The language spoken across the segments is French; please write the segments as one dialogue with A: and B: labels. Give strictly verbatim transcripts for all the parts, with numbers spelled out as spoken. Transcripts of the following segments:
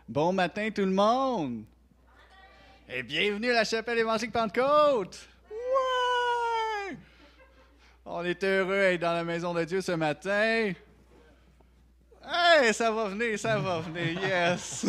A: Bon matin tout le monde! Et bienvenue à la chapelle évangélique Pentecôte! Ouais! On est heureux d'être dans la maison de Dieu ce matin. Hey, ça va venir, ça va venir, yes!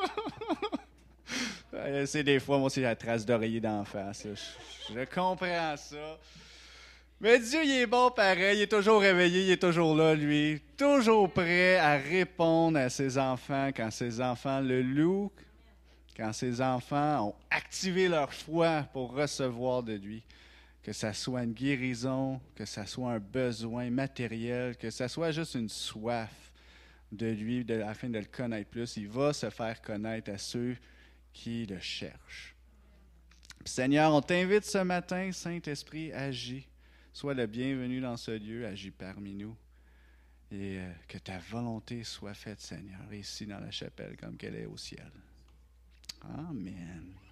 A: C'est des fois, moi aussi, la trace d'oreiller d'en face. Je, je comprends ça. Mais Dieu, il est bon pareil, il est toujours réveillé, il est toujours là, lui. Toujours prêt à répondre à ses enfants quand ses enfants le louent, quand ses enfants ont activé leur foi pour recevoir de lui. Que ça soit une guérison, que ça soit un besoin matériel, que ça soit juste une soif de lui, de, afin de le connaître plus. Il va se faire connaître à ceux qui le cherchent. Puis, Seigneur, on t'invite ce matin, Saint-Esprit, agis. Sois le bienvenu dans ce lieu, agis parmi nous. Et euh, que ta volonté soit faite, Seigneur, ici dans la chapelle comme qu'elle est au ciel. Amen.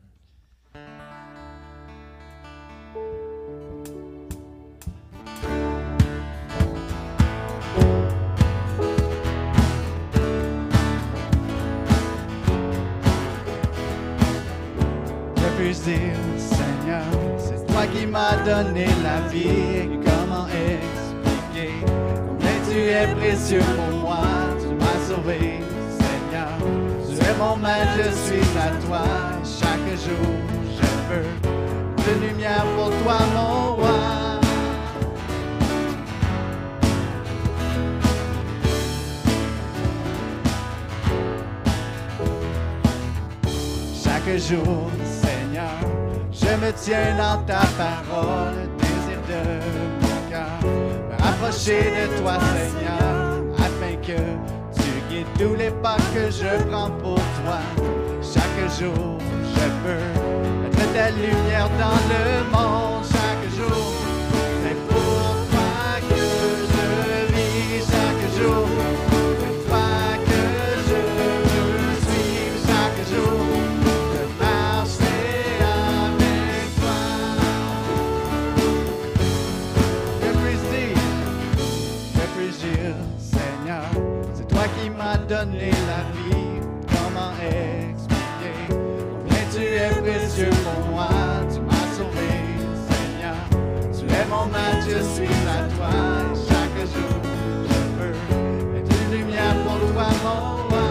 A: Que puis-je dire, Seigneur, c'est toi qui m'as donné la vie. Comment expliquer combien tu es précieux pour moi? Tu m'as sauvé, Seigneur. Tu es mon maître, je suis à toi. Chaque jour, je veux de lumière pour toi, mon roi. Chaque jour, Seigneur, je me tiens dans ta parole, désir de mon cœur, me rapprocher de toi, Seigneur, afin que tu guides tous les pas que je prends pour toi. Chaque jour, je veux mettre ta lumière dans le monde. Chaque jour, c'est pour toi que je vis. Chaque jour, c'est toi que je veux suivre. Chaque jour, de marcher avec toi. Que puis-je dire, que puis-je dire, Seigneur, c'est toi qui m'as donné la vie. Comment expliquer combien tu es précieux pour moi? Tu m'as sauvé, Seigneur. Tu es mon maître, je suis à toi. Et chaque jour, je veux être une lumière pour toi, mon roi.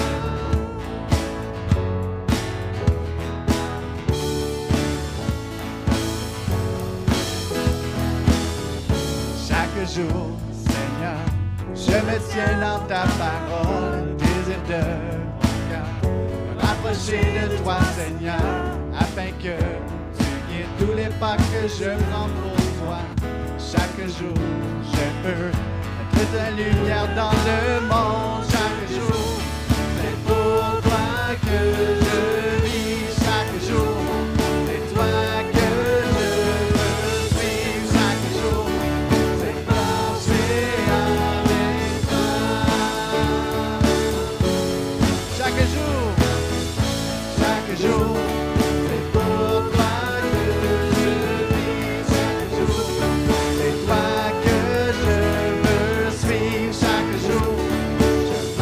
A: Chaque jour, Seigneur, je me tiens dans ta parole, désir de mon cœur, me rapprocher de toi, Seigneur, afin que tu guides tous les pas que je prends pour toi. Chaque jour, je veux mettre ta lumière dans le monde. Chaque jour, c'est pour toi que je vis. Chaque jour, c'est toi que je veux suivre. Chaque jour, c'est marcher avec toi. Chaque jour, chaque jour, c'est pour toi que je vis. Chaque jour, c'est toi que je veux suivre. Chaque jour, je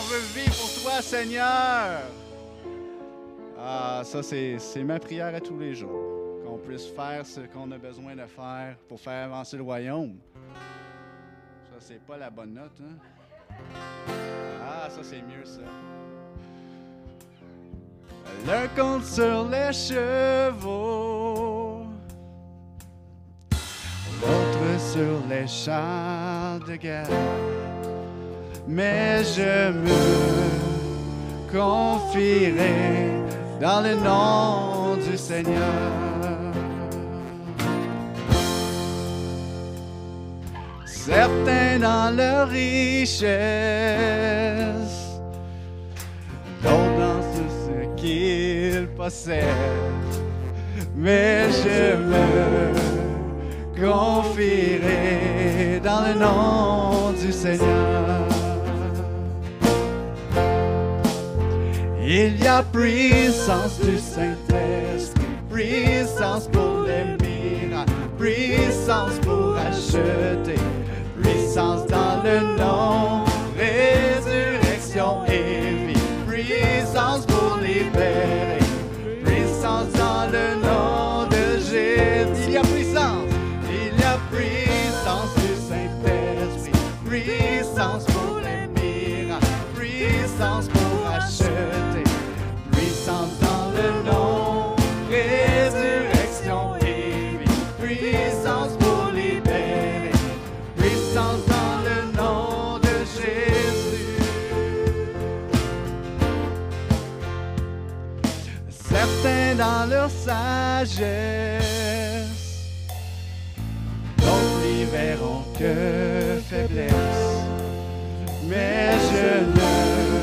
A: veut vivre pour toi, Seigneur. Ah, ça, c'est, c'est ma prière à tous les jours. Qu'on puisse faire ce qu'on a besoin de faire pour faire avancer le royaume. Ça, c'est pas la bonne note, hein? Ah, ça, c'est mieux, ça. L'un compte sur les chevaux, l'autre sur les chars de guerre. Mais je me confierai dans le nom du Seigneur. Certains dans leur richesse, d'autres dans tout ce qu'ils possèdent. Mais je me confierai dans le nom du Seigneur. Il y a puissance du Saint-Esprit, puissance pour les miracles, puissance pour acheter, puissance dans le nom, résurrection et vie, puissance pour libérer, puissance dans le nom de Jésus. Il y a puissance, il y a puissance du Saint-Esprit, puissance pour les miracles, puissance pour acheter, puissance dans le nom, résurrection et vie, puissance pour libérer, puissance dans le nom de Jésus. Certains dans leur sagesse, d'autres n'y verront que faiblesse, mais je me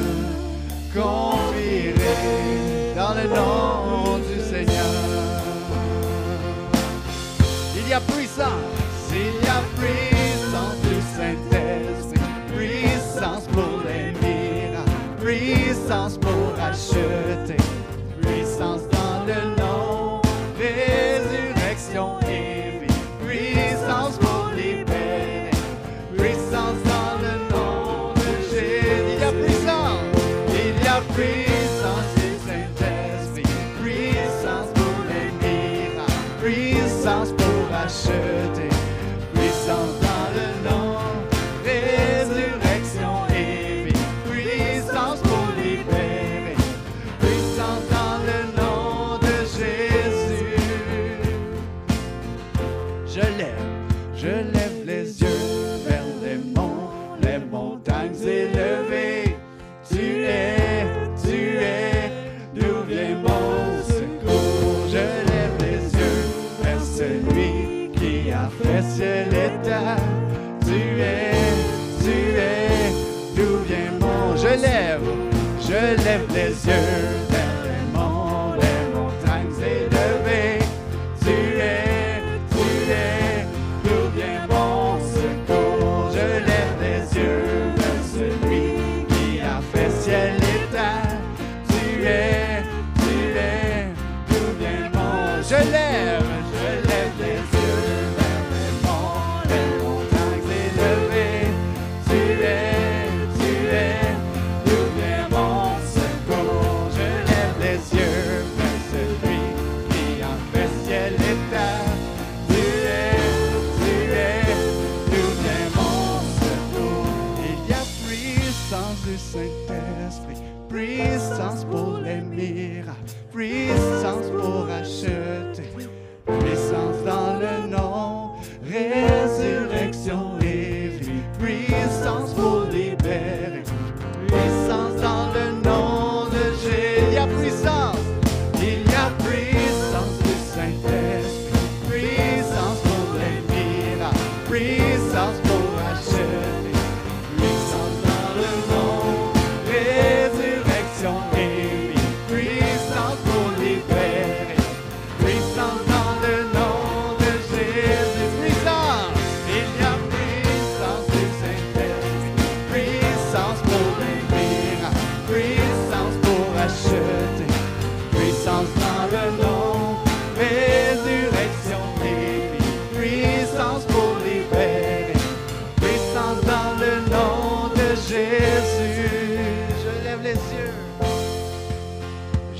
A: confierai dans le nom du Seigneur. Il y a puissance, il y a puissance du Saint-Esprit, puissance pour les miracles, puissance pour acheter, puissance dans le nom, résurrection et vie, puissance pour libérer, puissance dans le nom de Jésus. Il y a puissance, il y a puissance du Saint-Esprit, puissance pour les miracles, puissance pour acheter, puissance dans le nom, résurrection et vie, puissance pour libérer, puissance dans le nom de Jésus. Je lève, je lève les yeux vers les monts, les montagnes élevées. Tu es, tu es, d'où vient mon secours. Je lève les yeux vers celui qui a fait ciel et terre. Tu es, tu es, d'où vient mon... Je lève, je lève les yeux vers les monts, les montagnes élevées. Tu es, tu es, d'où vient mon secours. Je lève les yeux vers celui qui a fait ciel et terre. Tu es, tu es, d'où vient mon... Je lève, je lève les yeux vers les monts, les montagnes élevées. Tu es, tu es, d'où vient mon secours. Je lève les yeux vers celui qui a fait ciel et terre. Tu es, tu es, d'où vient mon secours. Il y a puissance du Saint-Esprit, puissance pour les miracles, puissance pour acheter, puissance dans le nom, résurrection et vie, puissance pour libérer, puissance dans le nom de Jésus. Il y a puissance, il y a puissance du Saint-Esprit, puissance pour les miracles, puissance pour acheter, puissance dans le nom, résurrection et vie, puissance pour libérer, puissance dans le nom de Jésus.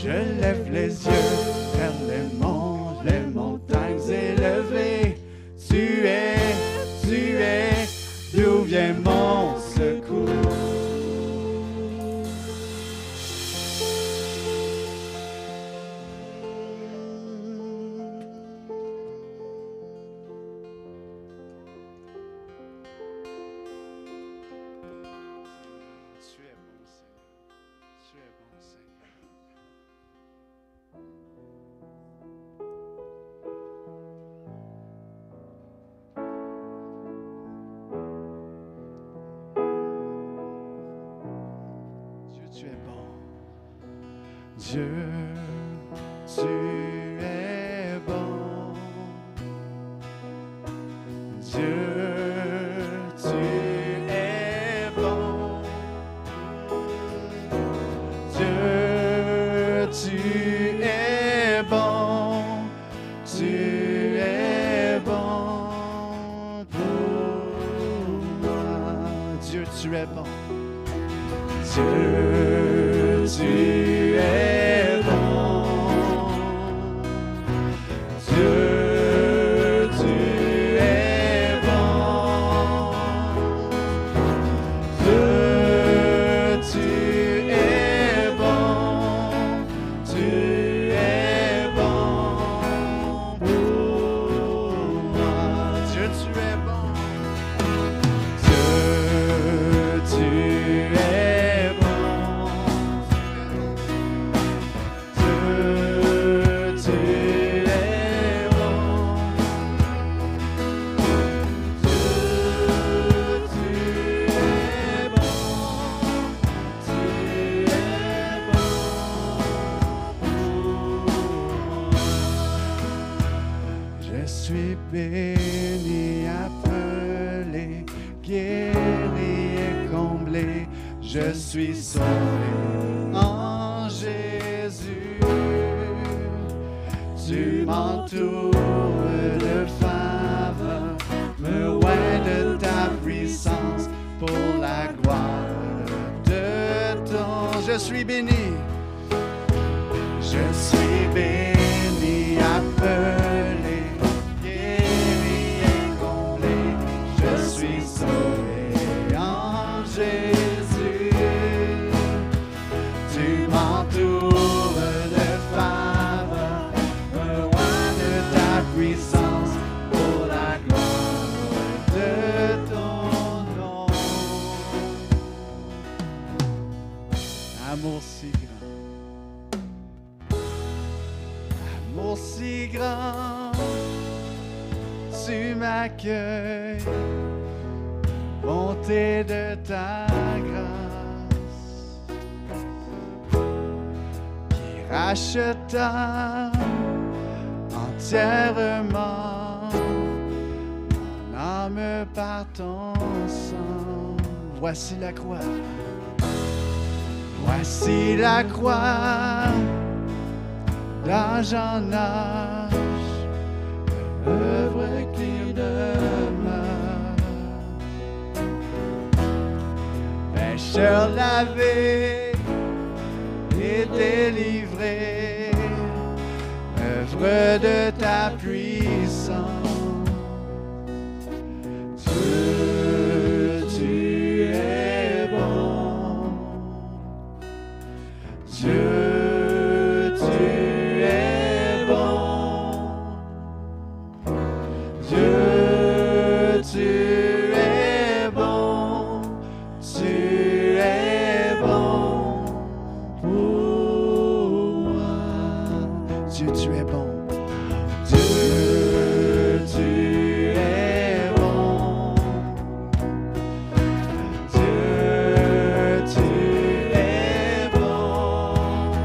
A: Je lève les yeux vers les monts, les montagnes élevées. Tu es, tu es, d'où vient mon secours. Dieu, tu es bon. Dieu, tu es bon. Dieu, tu es bon. Tu es bon pour moi. Dieu, tu es bon. Dieu, tu es bon. Dieu, tu es bon. Dieu, tu es bon. Tu es bon pour moi. Dieu, tu es bon. Dieu, tu es bon. Béni, appelé, guéri et comblé, je suis sauvé en Jésus. Tu m'entoures de faveur, me oins de ta puissance pour la gloire de ton. Je suis béni, je suis béni, appelé. Sauvé en Jésus, tu m'entoures de faveur, me oins de ta puissance pour la gloire de ton nom. Amour si grand, amour si grand, tu m'accueilles. Bonté de ta grâce qui racheta entièrement mon âme par ton sang. Voici la croix, voici la croix d'âge en âge, œuvre qui demeure. Pécheur lavé et délivré, œuvre de ta puissance. Dieu, tu es bon. Dieu, tu es bon. Dieu, tu es bon. Tu es bon pour moi. Dieu, tu es bon. Dieu, tu es bon. Dieu, tu es bon.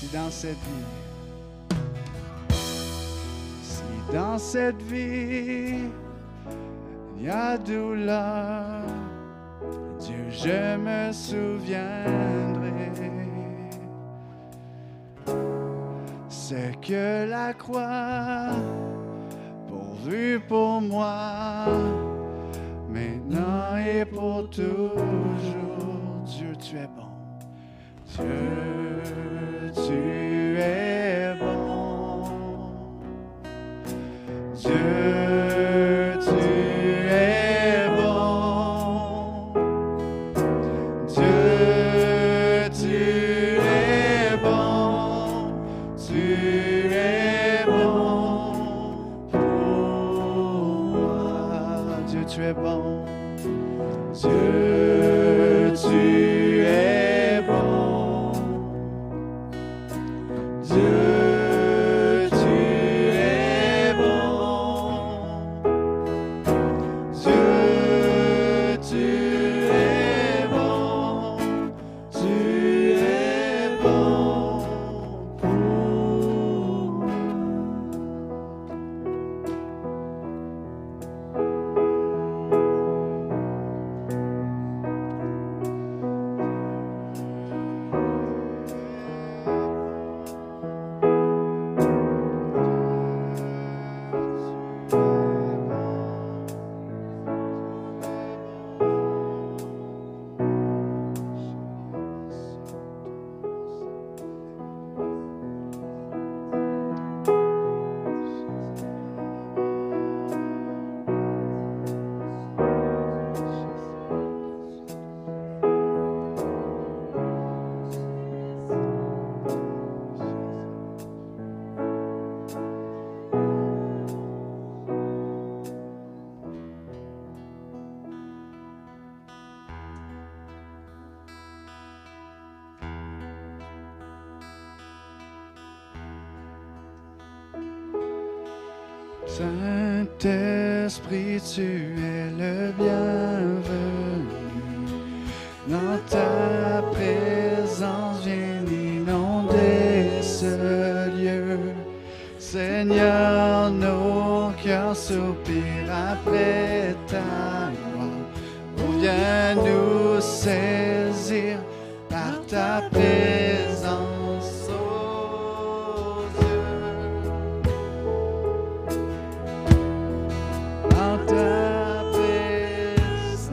A: dans cette vie, si dans cette vie, il y a douleur, Dieu, je me souviendrai ce que la croix pourvue pour moi, maintenant et pour toujours. Dieu, tu es bon. Dieu, tu es bon. Dieu, tu es bon. Dieu, tu es bon. Tu es bon pour moi. Dieu, tu es bon. Dieu, tu es bon. Dieu, tu es bon. Dieu, tu es bon. Tu es bon pour moi. Saint-Esprit, tu es le bienvenu. Dans ta présence, viens inonder ce lieu. Seigneur, nos cœurs soupirent après ta gloire. Oh, viens nous saisir par ta présence, oh Dieu. Dans ta présence,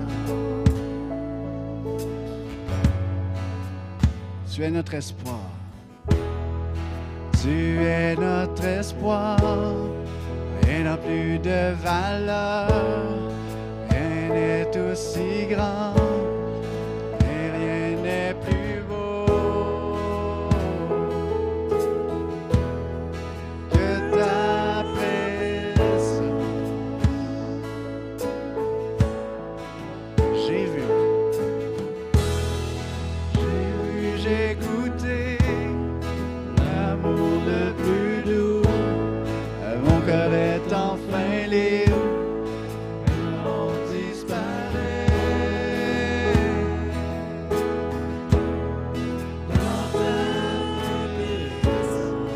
A: tu es notre espoir. Tu es notre espoir, rien n'a plus de valeur, rien n'est aussi grand, et rien n'est plus beau que ta présence. J'ai vu, j'ai vu, j'ai goûté l'amour le plus doux. Mon cœur est enfin libre, on disparaît dans ta présence.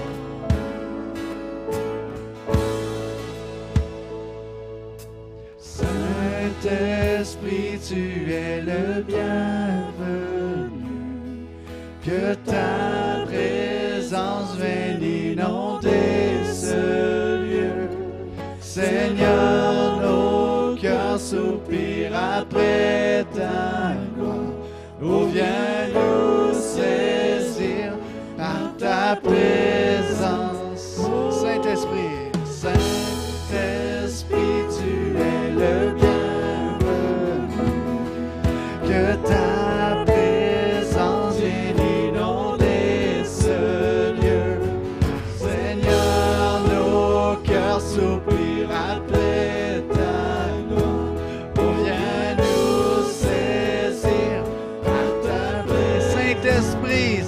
A: Saint-Esprit, tu es le bienvenu, que ta présence vienne inonder ce lieu. Seigneur, nos cœurs soupirent après ta gloire. Oh, viens nous saisir par ta présence. Saint-Esprit, Saint-Esprit, tu es le bienvenu, que ta présence vienne inonder ce lieu. Seigneur, nos cœurs soupirent après ta gloire. Oh, viens nous saisir par ta présence. Saint-Esprit,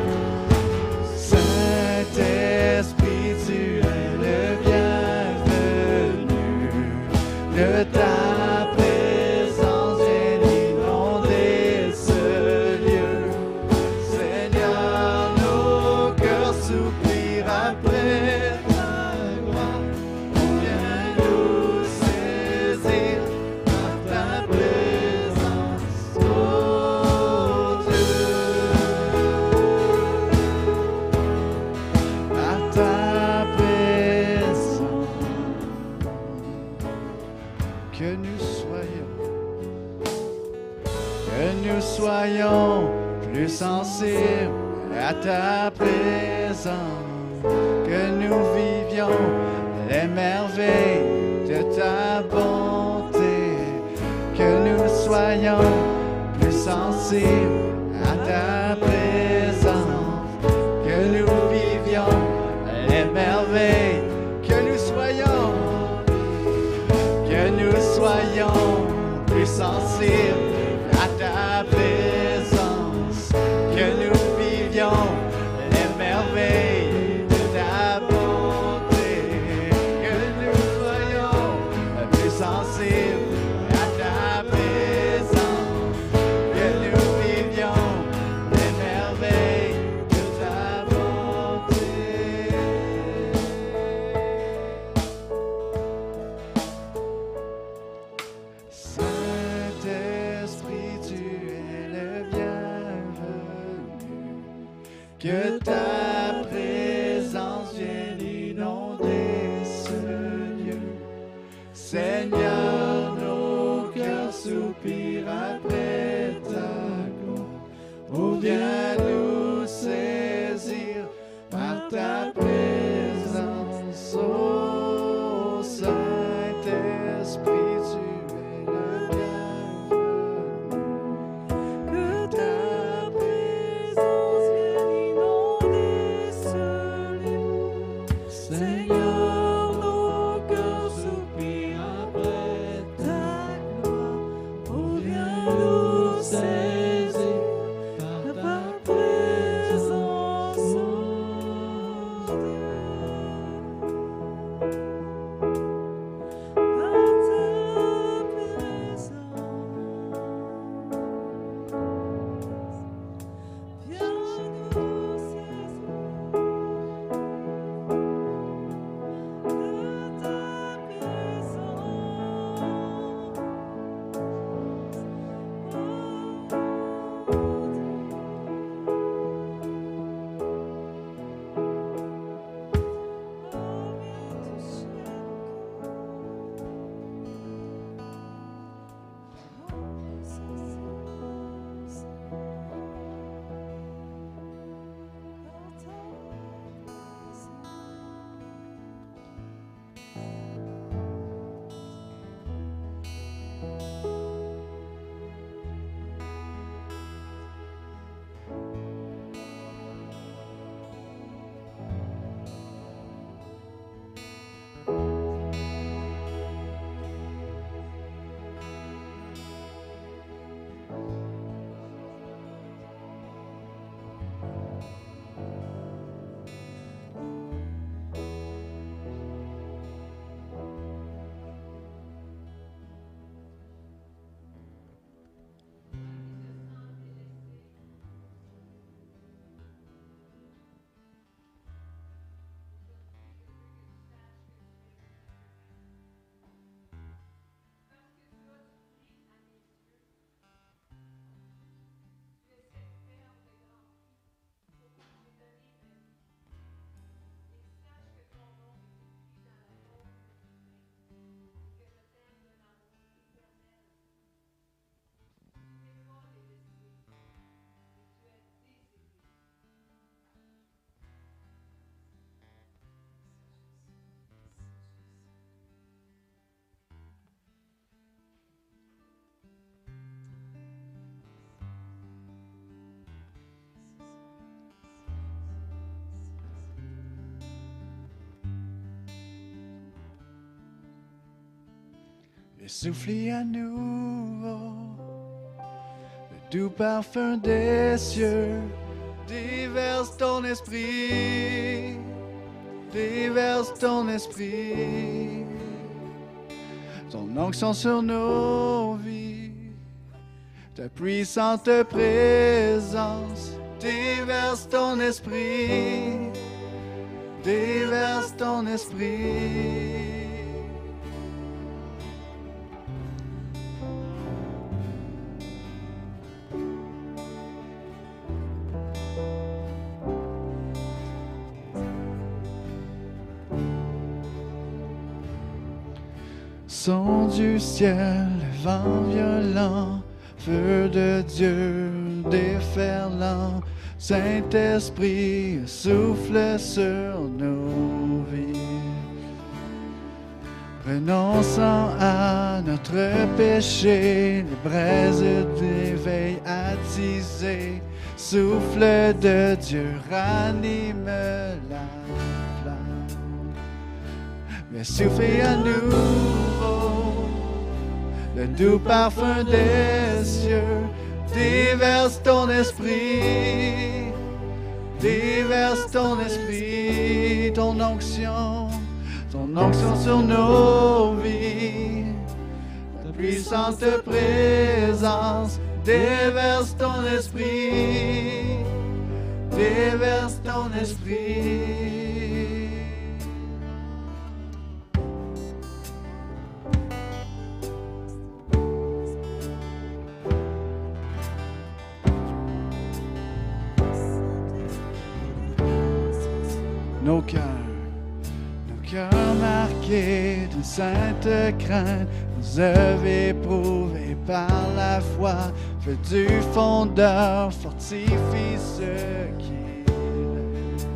A: Saint-Esprit, tu es le bienvenu, que ta présence vienne inonder ce lieu. Seigneur, nos cœurs sensibles à ta présence, que nous vivions les merveilles de ta bonté, que nous soyons plus sensibles à ta présence, que nous vivions les merveilles, que nous soyons, que nous soyons plus sensibles à ta présence, que nous vivions les merveilles de ta bonté, que nous soyons plus sensibles à ta présence, que nous vivions les merveilles de ta bonté. Saint-Esprit, tu es le bienvenu, que ta présence vienne inonder ce lieu. Seigneur, nos cœurs soupirent après ta gloire. Oh, viens nous saisir par ta présence. Oh, Saint-Esprit, tu es le bienvenu. Que ta présence vienne inonder ce lieu. Seigneur, nos cœurs soupirent après ta gloire. Oh, viens nous saisir par ta présence, oh Dieu. Par ta présence, viens nous saisir. De ta et souffler à nouveau le doux parfum des cieux. Déverse ton esprit, déverse ton esprit, ton onction sur nos vies, ta puissante présence. Déverse ton esprit, déverse ton esprit. Son du ciel, vent violent, feu de Dieu déferlant. Saint-Esprit, souffle sur nos vies. Renonçant à notre péché, les braises d'éveil attisées, souffle de Dieu ranime la flamme. Mais souffle à nouveau le doux parfum des cieux, déverse ton esprit, déverse ton esprit, ton onction. Ton onction sur nos vies, ta puissante présence, déverse ton esprit, déverse ton esprit. Nos cœurs, cœur marqué d'une sainte crainte, nos œuvres éprouvées par la foi, feu du fondeur, fortifie ce qui reste.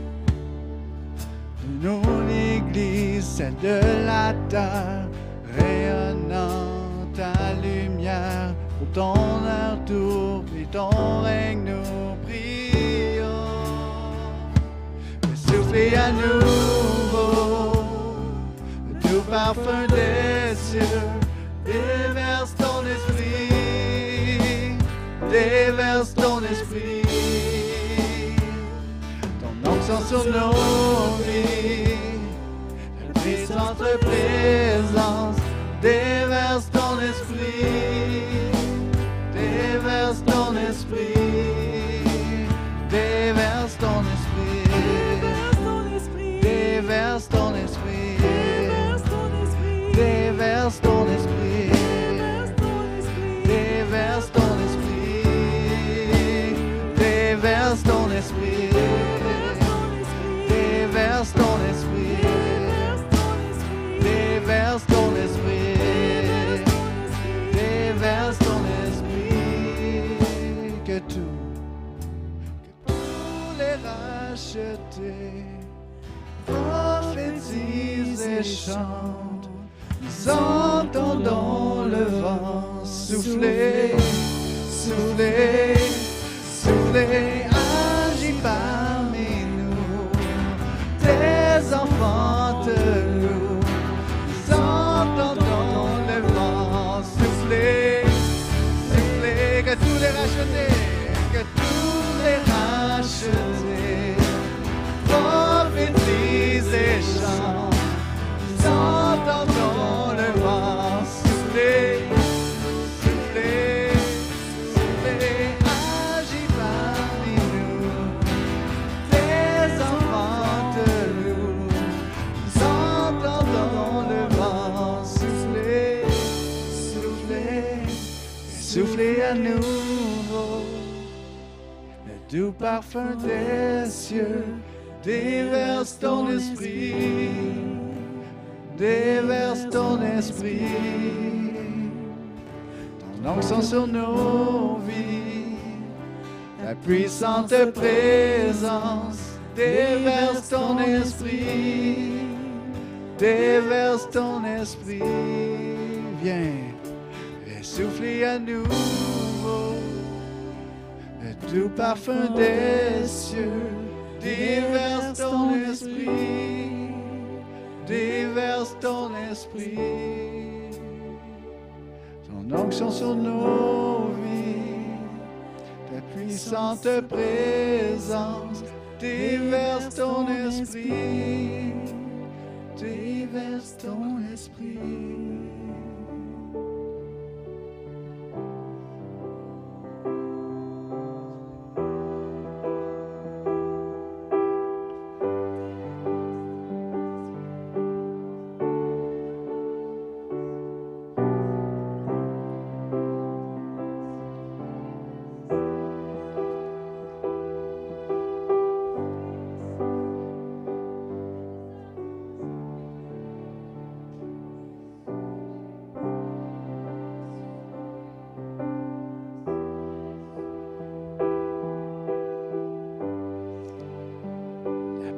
A: De nous l'Église, celle de la terre, rayonnant ta lumière, pour ton heure tour et ton règne nous prions. Mais soufflez à nouveau le doux parfum des cieux, déverse ton esprit, déverse ton esprit, ton onction sur nos vies, la puissante présence, déverse ton esprit, déverse ton esprit, déverse ton esprit, déverse ton esprit, déverse ton esprit, déverse ton esprit, déverse ton esprit, déverse ton esprit, déverse ton esprit, déverse ton esprit, que tout, que tous les rachetés prophétisent et chantent, nous entendons le vent souffler, souffler, souffler, agis parmi nous, tes enfants te louent, nous entendons le vent souffler, souffler, que tous les rachetés, que tous les rachetés prophétisent et chantent, nous entendons le vent souffler, souffler, souffler, agis parmi nous, tes enfants te louent, nous entendons le vent souffler, souffler, souffler à nouveau, le doux parfum des cieux, déverse ton esprit, déverse ton esprit, ton onction sur nos vies, ta puissante présence, déverse ton esprit, déverse ton esprit, viens, et souffle à nouveau, le doux parfum des cieux, déverse ton esprit, déverse ton esprit, ton onction sur nos vies, ta puissante présence, déverse ton esprit, déverse ton esprit.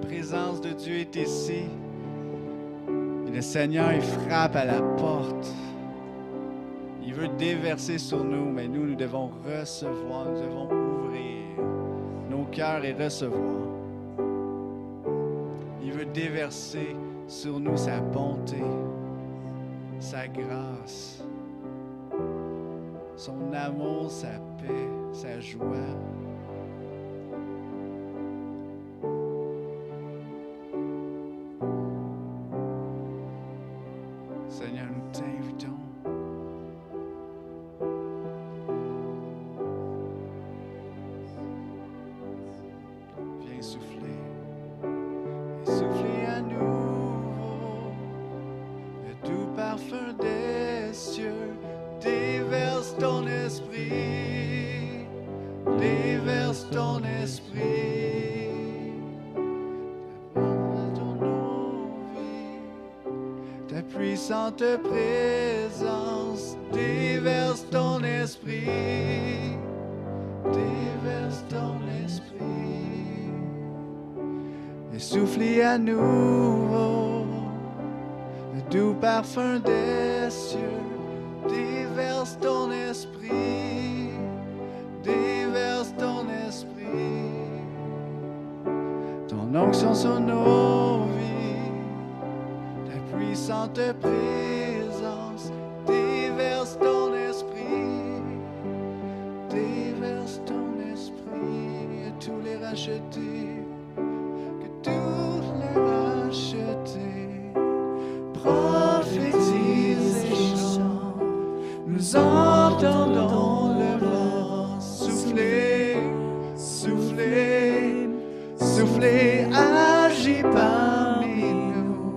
A: présence de Dieu est ici. Et le Seigneur, il frappe à la porte. Il veut déverser sur nous, mais nous, nous devons recevoir, nous devons ouvrir nos cœurs et recevoir. Il veut déverser sur nous sa bonté, sa grâce, son amour, sa paix, sa joie. Seigneur, nous t'invitons. Viens souffler. Et souffler à nouveau le doux parfum des cieux. Déverse ton esprit. Déverse ton esprit. Ta puissante présence, déverse ton esprit, déverse ton esprit, et souffle à nouveau le doux parfum des cieux, déverse ton esprit, déverse ton esprit, ton onction sur nos vies. Puissante présence, déverse ton esprit, déverse ton esprit, et tous les rachetés, que tous les rachetés prophétisent et chantent, nous entendons le vent souffler, souffler, souffler, agit parmi nous.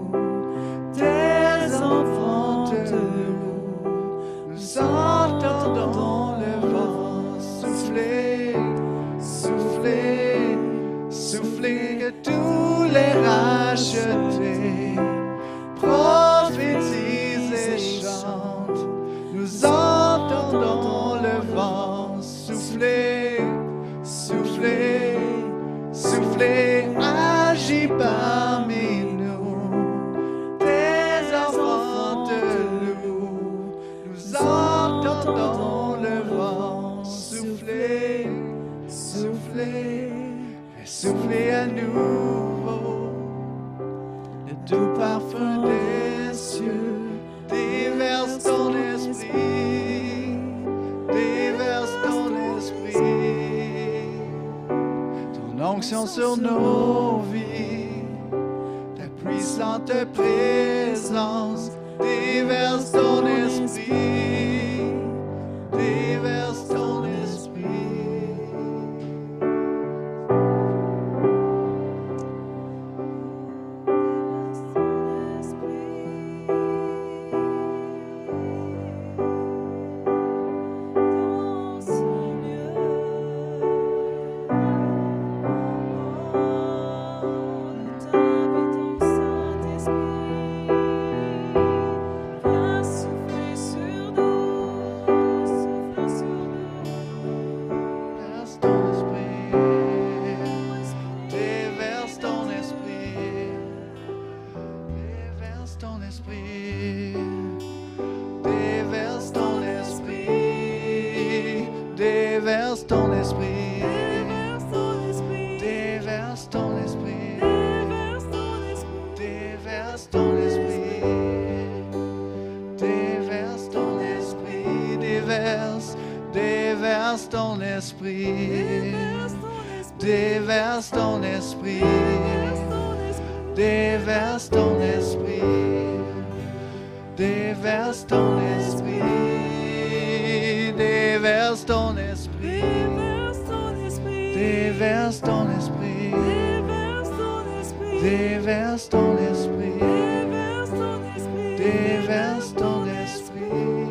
A: Nous entendons le vent souffler, souffler, souffler, que tous les rachetés prophétisent et chantent. Nous entendons le vent souffler, souffler, souffler, agit parmi nous. Entendons le vent souffler, souffler, et souffler à nouveau le doux parfum des cieux. Déverse ton esprit, déverse ton esprit, ton onction sur nos vies, ta puissante présence. Déverse ton esprit, déverse ton esprit.
B: Dans ce lieu, oh, nous t'invitons, Saint-Esprit. Viens souffler sur nous, souffle sur nous.
A: Déverse ton esprit, déverse ton esprit, déverse ton esprit, déverse ton esprit, déverse ton esprit,
B: Déverse ton esprit,
A: déverse ton esprit,
B: déverse ton esprit,
A: déverse ton esprit, déverse ton esprit, déverse, déverse ton esprit, déverse ton esprit, déverse ton esprit, déverse ton esprit, déverse ton esprit, déverse ton esprit, déverse ton esprit, déverse ton esprit.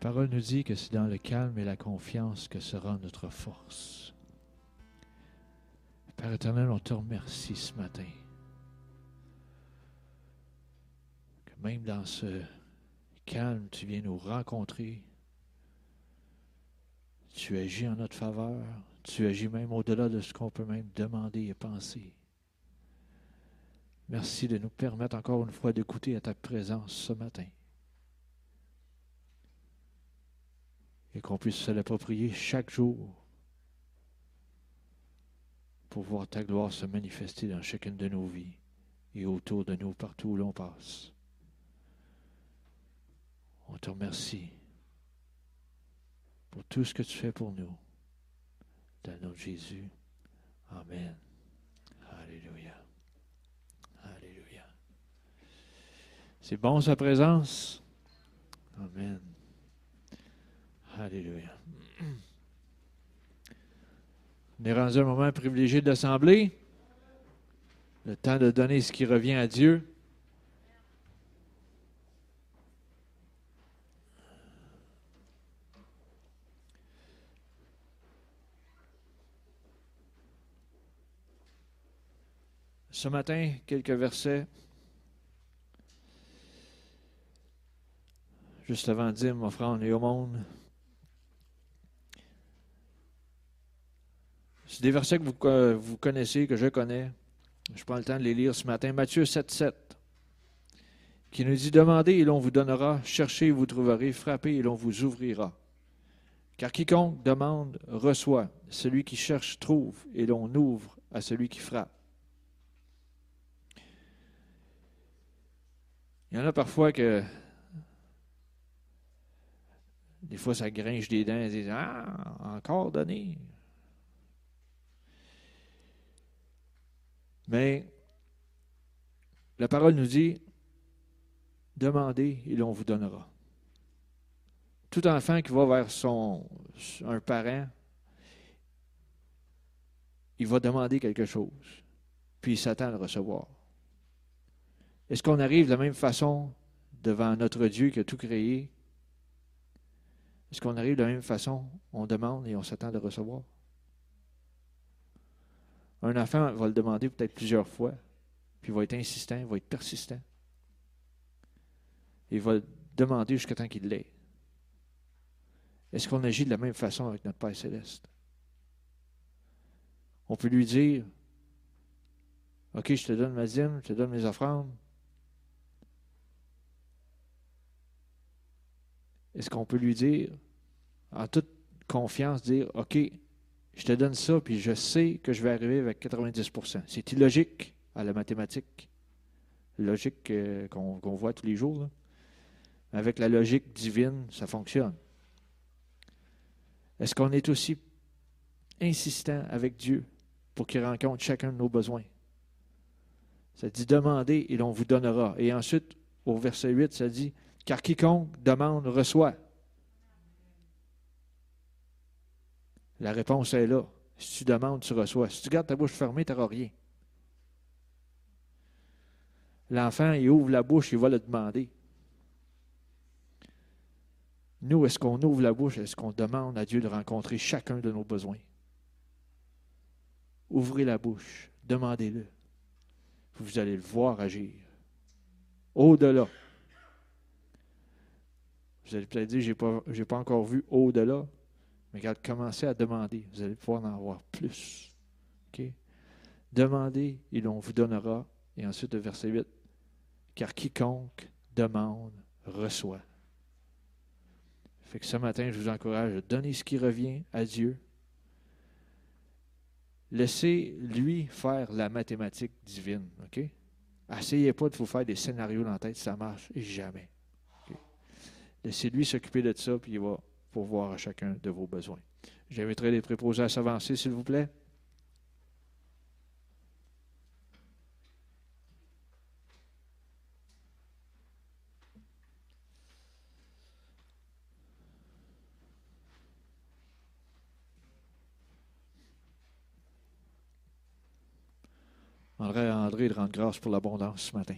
C: parole nous dit que c'est dans le calme et la confiance que sera notre force. Père éternel, on te remercie ce matin. Que même dans ce calme, tu viens nous rencontrer. Tu agis en notre faveur. Tu agis même au-delà de ce qu'on peut même demander et penser. Merci de nous permettre encore une fois de goûter à ta présence ce matin. Et qu'on puisse se l'approprier chaque jour pour voir ta gloire se manifester dans chacune de nos vies et autour de nous, partout où l'on passe. On te remercie pour tout ce que tu fais pour nous. Dans le nom de Jésus. Amen. Alléluia. Alléluia. C'est bon sa présence? Amen. Alléluia. On est rendu à un moment privilégié de l'Assemblée. Le temps de donner ce qui revient à Dieu. Ce matin, quelques versets. Juste avant de dire, m'offrande et aumône. C'est des versets que vous, que vous connaissez, que je connais. Je prends le temps de les lire ce matin. Matthieu sept, sept, qui nous dit, demandez et l'on vous donnera, cherchez et vous trouverez, frappez et l'on vous ouvrira. Car quiconque demande, reçoit. Celui qui cherche, trouve, et l'on ouvre à celui qui frappe. Il y en a parfois que, des fois, ça gringe des dents et disent, ah, encore donné. Mais la parole nous dit, demandez et l'on vous donnera. Tout enfant qui va vers son un parent, il va demander quelque chose, puis il s'attend à le recevoir. Est-ce qu'on arrive de la même façon devant notre Dieu qui a tout créé? Est-ce qu'on arrive de la même façon, on demande et on s'attend à le recevoir? Un enfant va le demander peut-être plusieurs fois, puis il va être insistant, il va être persistant. Il va le demander jusqu'à temps qu'il l'ait. Est-ce qu'on agit de la même façon avec notre Père céleste? On peut lui dire, « OK, je te donne ma dîme, je te donne mes offrandes. » Est-ce qu'on peut lui dire, en toute confiance, dire, « OK, je te donne ça, puis je sais que je vais arriver avec quatre-vingt-dix pour cent. » C'est illogique à la mathématique, logique euh, qu'on qu'on voit tous les jours. Là. Avec la logique divine, ça fonctionne. Est-ce qu'on est aussi insistant avec Dieu pour qu'il rencontre chacun de nos besoins? Ça dit, demandez et l'on vous donnera. Et ensuite, au verset huit, ça dit, car quiconque demande reçoit. La réponse est là. Si tu demandes, tu reçois. Si tu gardes ta bouche fermée, tu n'auras rien. L'enfant, il ouvre la bouche, il va le demander. Nous, est-ce qu'on ouvre la bouche? Est-ce qu'on demande à Dieu de rencontrer chacun de nos besoins? Ouvrez la bouche, demandez-le. Vous allez le voir agir. Au-delà. Vous allez peut-être dire, je n'ai pas, j'ai pas encore vu au-delà. Mais quand commencez à demander, vous allez pouvoir en avoir plus. Okay? Demandez et l'on vous donnera. Et ensuite, le verset huit. Car quiconque demande, reçoit. Fait que ce matin, je vous encourage à donner ce qui revient à Dieu. Laissez-lui faire la mathématique divine. OK? Essayez pas de vous faire des scénarios dans la tête, ça marche jamais. Okay? Laissez-lui s'occuper de ça, puis il va pourvoir à chacun de vos besoins. J'inviterai les préposés à s'avancer, s'il vous plaît. Je demanderai à André de rendre grâce pour l'abondance ce matin.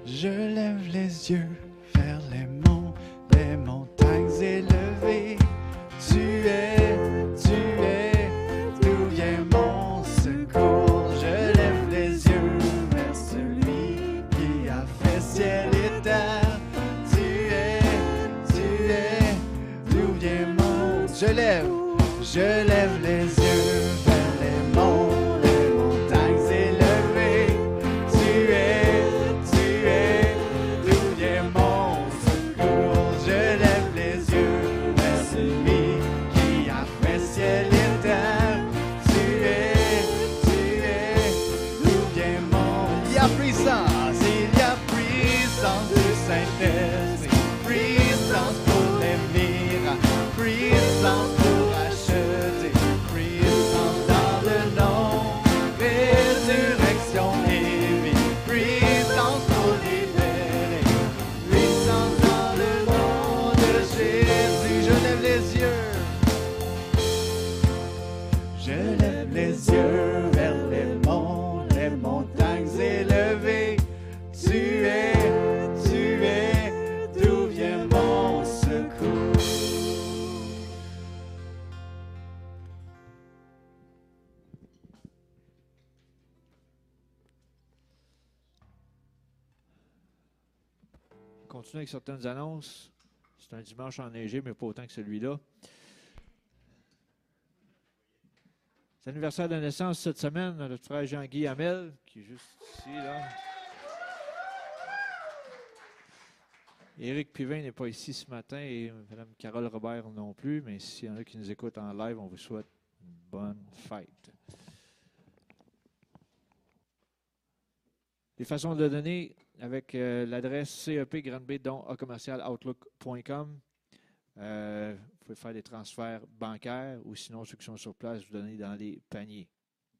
A: Je lève les yeux vers les monts, les montagnes élevées. Tu es, tu es, d'où vient mon secours. Je lève les yeux vers celui qui a fait ciel et terre. Tu es, tu es, d'où vient mon... Je lève, je lève les yeux vers les monts, les montagnes élevées. Tu es, tu es, d'où vient mon secours. Je lève les yeux vers celui qui a fait ciel et terre. Tu es, tu es, d'où vient mon... Il y a puissance, il y a puissance du Saint-Esprit, puissance pour les miracles, puissance pour acheter, puissance dans le nom, résurrection et vie, puissance pour libérer, puissance dans le nom de Jésus. Je lève les yeux, je lève les yeux vers les monts, les montagnes élevées. Tu es, tu es, d'où vient mon secours.
C: On continue avec certaines annonces. C'est un dimanche enneigé, mais pas autant que celui-là. C'est l'anniversaire de naissance cette semaine de notre frère Jean-Guy Hamel, qui est juste ici, là. Éric Pivin n'est pas ici ce matin et Mme Carole Robert non plus, mais s'il y en a qui nous écoutent en live, on vous souhaite une bonne fête. Les façons de donner avec euh, l'adresse C E P Granby don a commercial outlook point com. Euh, vous pouvez faire des transferts bancaires ou sinon ceux qui sont sur place, vous donnez dans les paniers.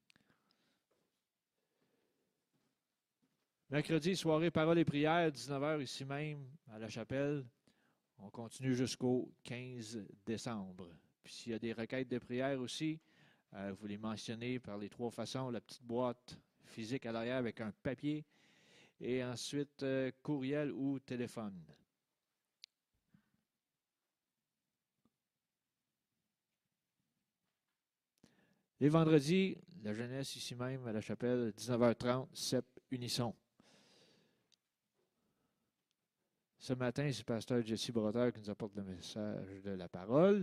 C: Mercredi, soirée Parole et prière, dix-neuf heures ici même à la chapelle. On continue jusqu'au quinze décembre. Puis s'il y a des requêtes de prière aussi, euh, vous les mentionnez par les trois façons. La petite boîte physique à l'arrière avec un papier et ensuite euh, courriel ou téléphone. Les vendredis, la jeunesse ici même à la chapelle, dix-neuf heures trente, C E P Unisson. Ce matin, c'est le pasteur Jesse Broteur qui nous apporte le message de la parole.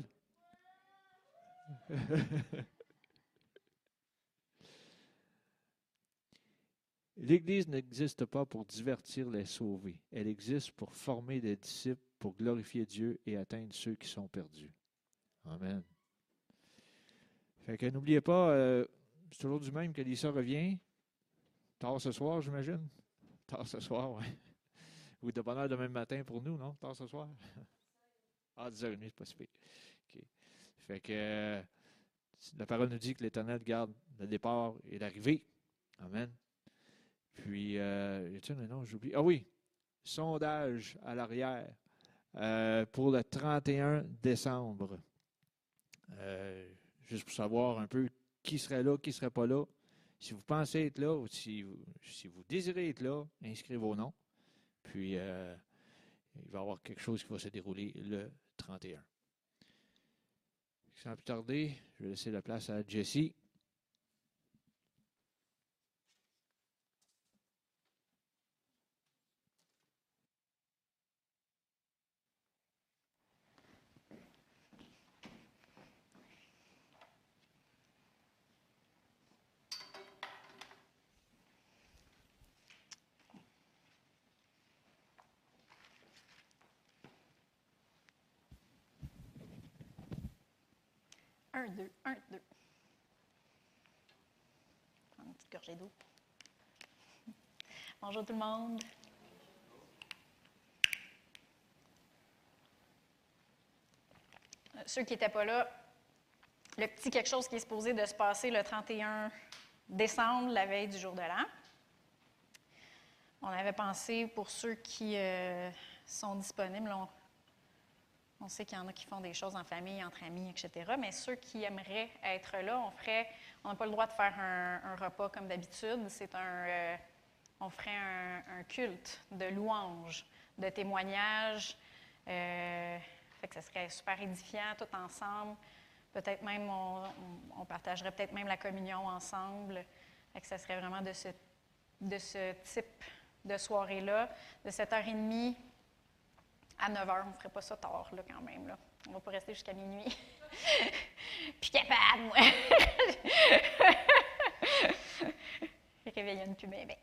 C: L'Église n'existe pas pour divertir les sauvés. Elle existe pour former des disciples, pour glorifier Dieu et atteindre ceux qui sont perdus. Amen. Fait que n'oubliez pas, euh, c'est toujours du même que Lisa revient. Tard ce soir, j'imagine. Tard ce soir, oui. Ou de bonne heure demain matin pour nous, non? Tard ce soir? Ah, dix heures trente, c'est pas si pire. OK. Fait que euh, la parole nous dit que l'Éternel garde le départ et l'arrivée. Amen. Puis, euh, y a-t-il un nom? J'oublie. Ah oui, sondage à l'arrière euh, pour le trente et un décembre. Euh, juste pour savoir un peu qui serait là, qui ne serait pas là. Si vous pensez être là ou si vous, si vous désirez être là, inscrivez vos noms. Puis, euh, il va y avoir quelque chose qui va se dérouler le trente et un. Sans plus tarder, je vais laisser la place à Jesse.
D: Un, deux, un, deux. Prendre une petite gorgée d'eau. Bonjour tout le monde. Euh, Ceux qui n'étaient pas là, le petit quelque chose qui est supposé de se passer le trente et un décembre, la veille du jour de l'an. On avait pensé, pour ceux qui euh, sont disponibles, on, on sait qu'il y en a qui font des choses en famille, entre amis, et cetera. Mais ceux qui aimeraient être là, on ferait, on n'a pas le droit de faire un, un repas comme d'habitude. C'est un, euh, on ferait un, un culte de louange, de témoignage. Euh, fait que ça serait super édifiant, tout ensemble. Peut-être même, on, on, on partagerait peut-être même la communion ensemble. Fait que ça serait vraiment de ce, de ce type de soirée-là, de sept heures trente à neuf heures. On ne ferait pas ça tard, là, quand même. Là. On ne va pas rester jusqu'à minuit. Puis capable, moi! Je réveillonne plus bien, bien.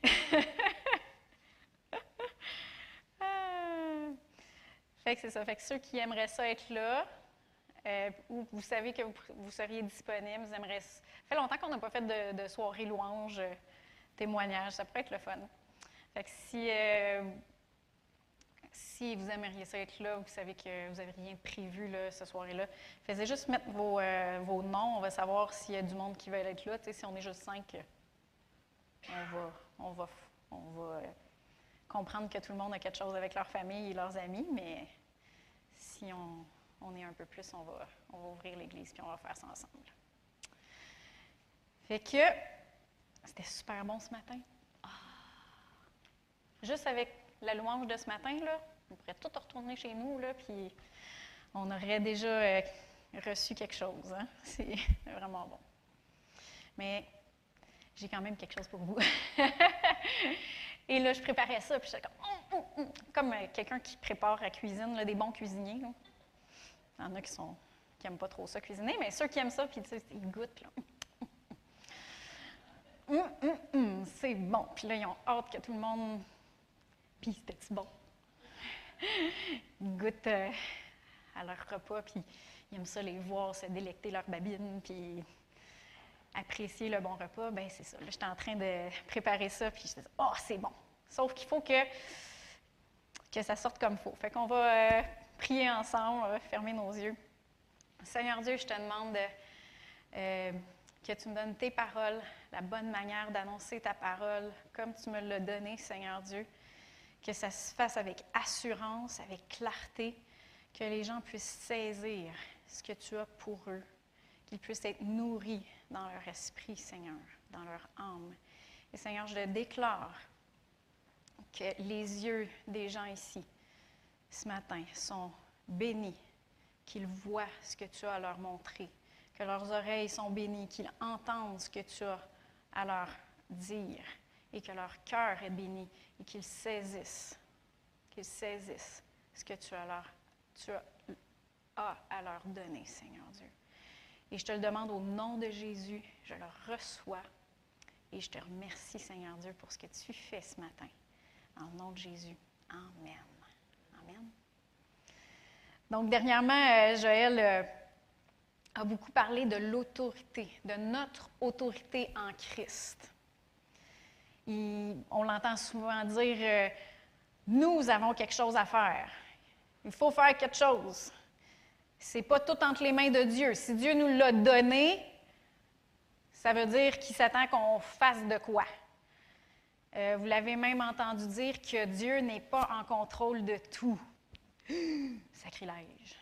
D: Ah. Fait que c'est ça. Fait que ceux qui aimeraient ça être là, euh, ou vous savez que vous, vous seriez disponible, vous aimeriez... Ça fait longtemps qu'on n'a pas fait de, de soirée louange, euh, témoignage. Ça pourrait être le fun. Fait que si... Euh, Si vous aimeriez ça être là, vous savez que vous n'avez rien de prévu là, ce soir-là, faites juste mettre vos, euh, vos noms. On va savoir s'il y a du monde qui veut être là. Tu sais, si on est juste cinq, on va, on va, on va euh, comprendre que tout le monde a quelque chose avec leur famille et leurs amis, mais si on, on est un peu plus, on va, on va ouvrir l'église et on va faire ça ensemble. Fait que c'était super bon ce matin. Ah. Juste avec la louange de ce matin, là, on pourrait tout retourner chez nous, là, puis on aurait déjà euh, reçu quelque chose. Hein? C'est vraiment bon. Mais j'ai quand même quelque chose pour vous. Et là, je préparais ça, puis j'étais comme, hum, hum, hum. comme euh, quelqu'un qui prépare la cuisine, là, des bons cuisiniers. Là. Il y en a qui sont qui n'aiment pas trop ça cuisiner, mais ceux qui aiment ça, puis tu sais, ils goûtent. Là. Hum, hum, hum, c'est bon. Puis là, ils ont hâte que tout le monde... Puis c'était-tu bon? Ils goûtent euh, à leur repas, puis ils aiment ça les voir se délecter leur babine, puis apprécier le bon repas. Bien, c'est ça. Là, j'étais en train de préparer ça, puis je disais, oh, c'est bon. Sauf qu'il faut que, que ça sorte comme il faut. Fait qu'on va euh, prier ensemble, on va fermer nos yeux. Seigneur Dieu, je te demande euh, que tu me donnes tes paroles, la bonne manière d'annoncer ta parole, comme tu me l'as donné, Seigneur Dieu. Que ça se fasse avec assurance, avec clarté, que les gens puissent saisir ce que tu as pour eux, qu'ils puissent être nourris dans leur esprit, Seigneur, dans leur âme. Et Seigneur, je le déclare que les yeux des gens ici, ce matin, sont bénis, qu'ils voient ce que tu as à leur montrer, que leurs oreilles sont bénies, qu'ils entendent ce que tu as à leur dire, et que leur cœur est béni, et qu'ils saisissent, qu'ils saisissent ce que tu as, leur, tu as, as à leur donner, Seigneur Dieu. Et je te le demande au nom de Jésus, je le reçois, et je te remercie, Seigneur Dieu, pour ce que tu fais ce matin. En nom de Jésus, Amen. Amen. Donc, dernièrement, euh, Joël euh, a beaucoup parlé de l'autorité, de notre autorité en Christ. Il, on l'entend souvent dire euh, « Nous avons quelque chose à faire. Il faut faire quelque chose. » Ce n'est pas tout entre les mains de Dieu. Si Dieu nous l'a donné, ça veut dire qu'il s'attend qu'on fasse de quoi. Euh, vous l'avez même entendu dire que Dieu n'est pas en contrôle de tout. Sacrilège.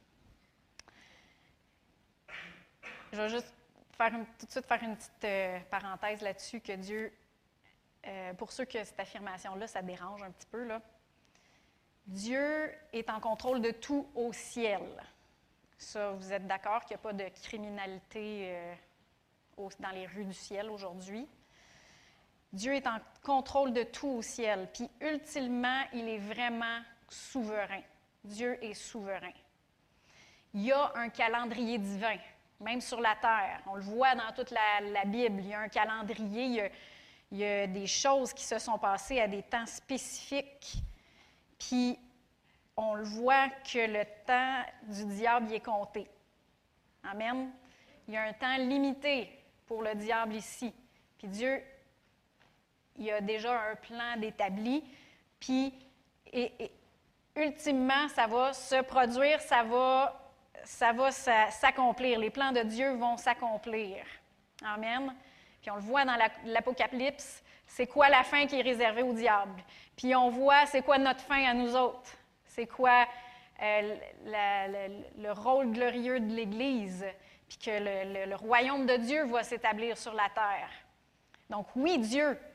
D: Je vais juste faire une, tout de suite faire une petite euh, parenthèse là-dessus, que Dieu... Euh, pour ceux que cette affirmation-là, ça dérange un petit peu, là. Dieu est en contrôle de tout au ciel. Ça, vous êtes d'accord qu'il n'y a pas de criminalité euh, au, dans les rues du ciel aujourd'hui. Dieu est en contrôle de tout au ciel. Puis, ultimement, il est vraiment souverain. Dieu est souverain. Il y a un calendrier divin, même sur la terre. On le voit dans toute la, la Bible. Il y a un calendrier, il y a, Il y a des choses qui se sont passées à des temps spécifiques, puis on le voit que le temps du diable y est compté. Amen. Il y a un temps limité pour le diable ici. Puis Dieu, il y a déjà un plan d'établi, puis et, et, ultimement, ça va se produire, ça va, ça va s'accomplir. Les plans de Dieu vont s'accomplir. Amen. Puis on le voit dans l'Apocalypse, c'est quoi la fin qui est réservée au diable. Puis on voit c'est quoi notre fin à nous autres. C'est quoi euh, la, la, le rôle glorieux de l'Église. Puis que le, le, le royaume de Dieu va s'établir sur la terre. Donc oui, Dieu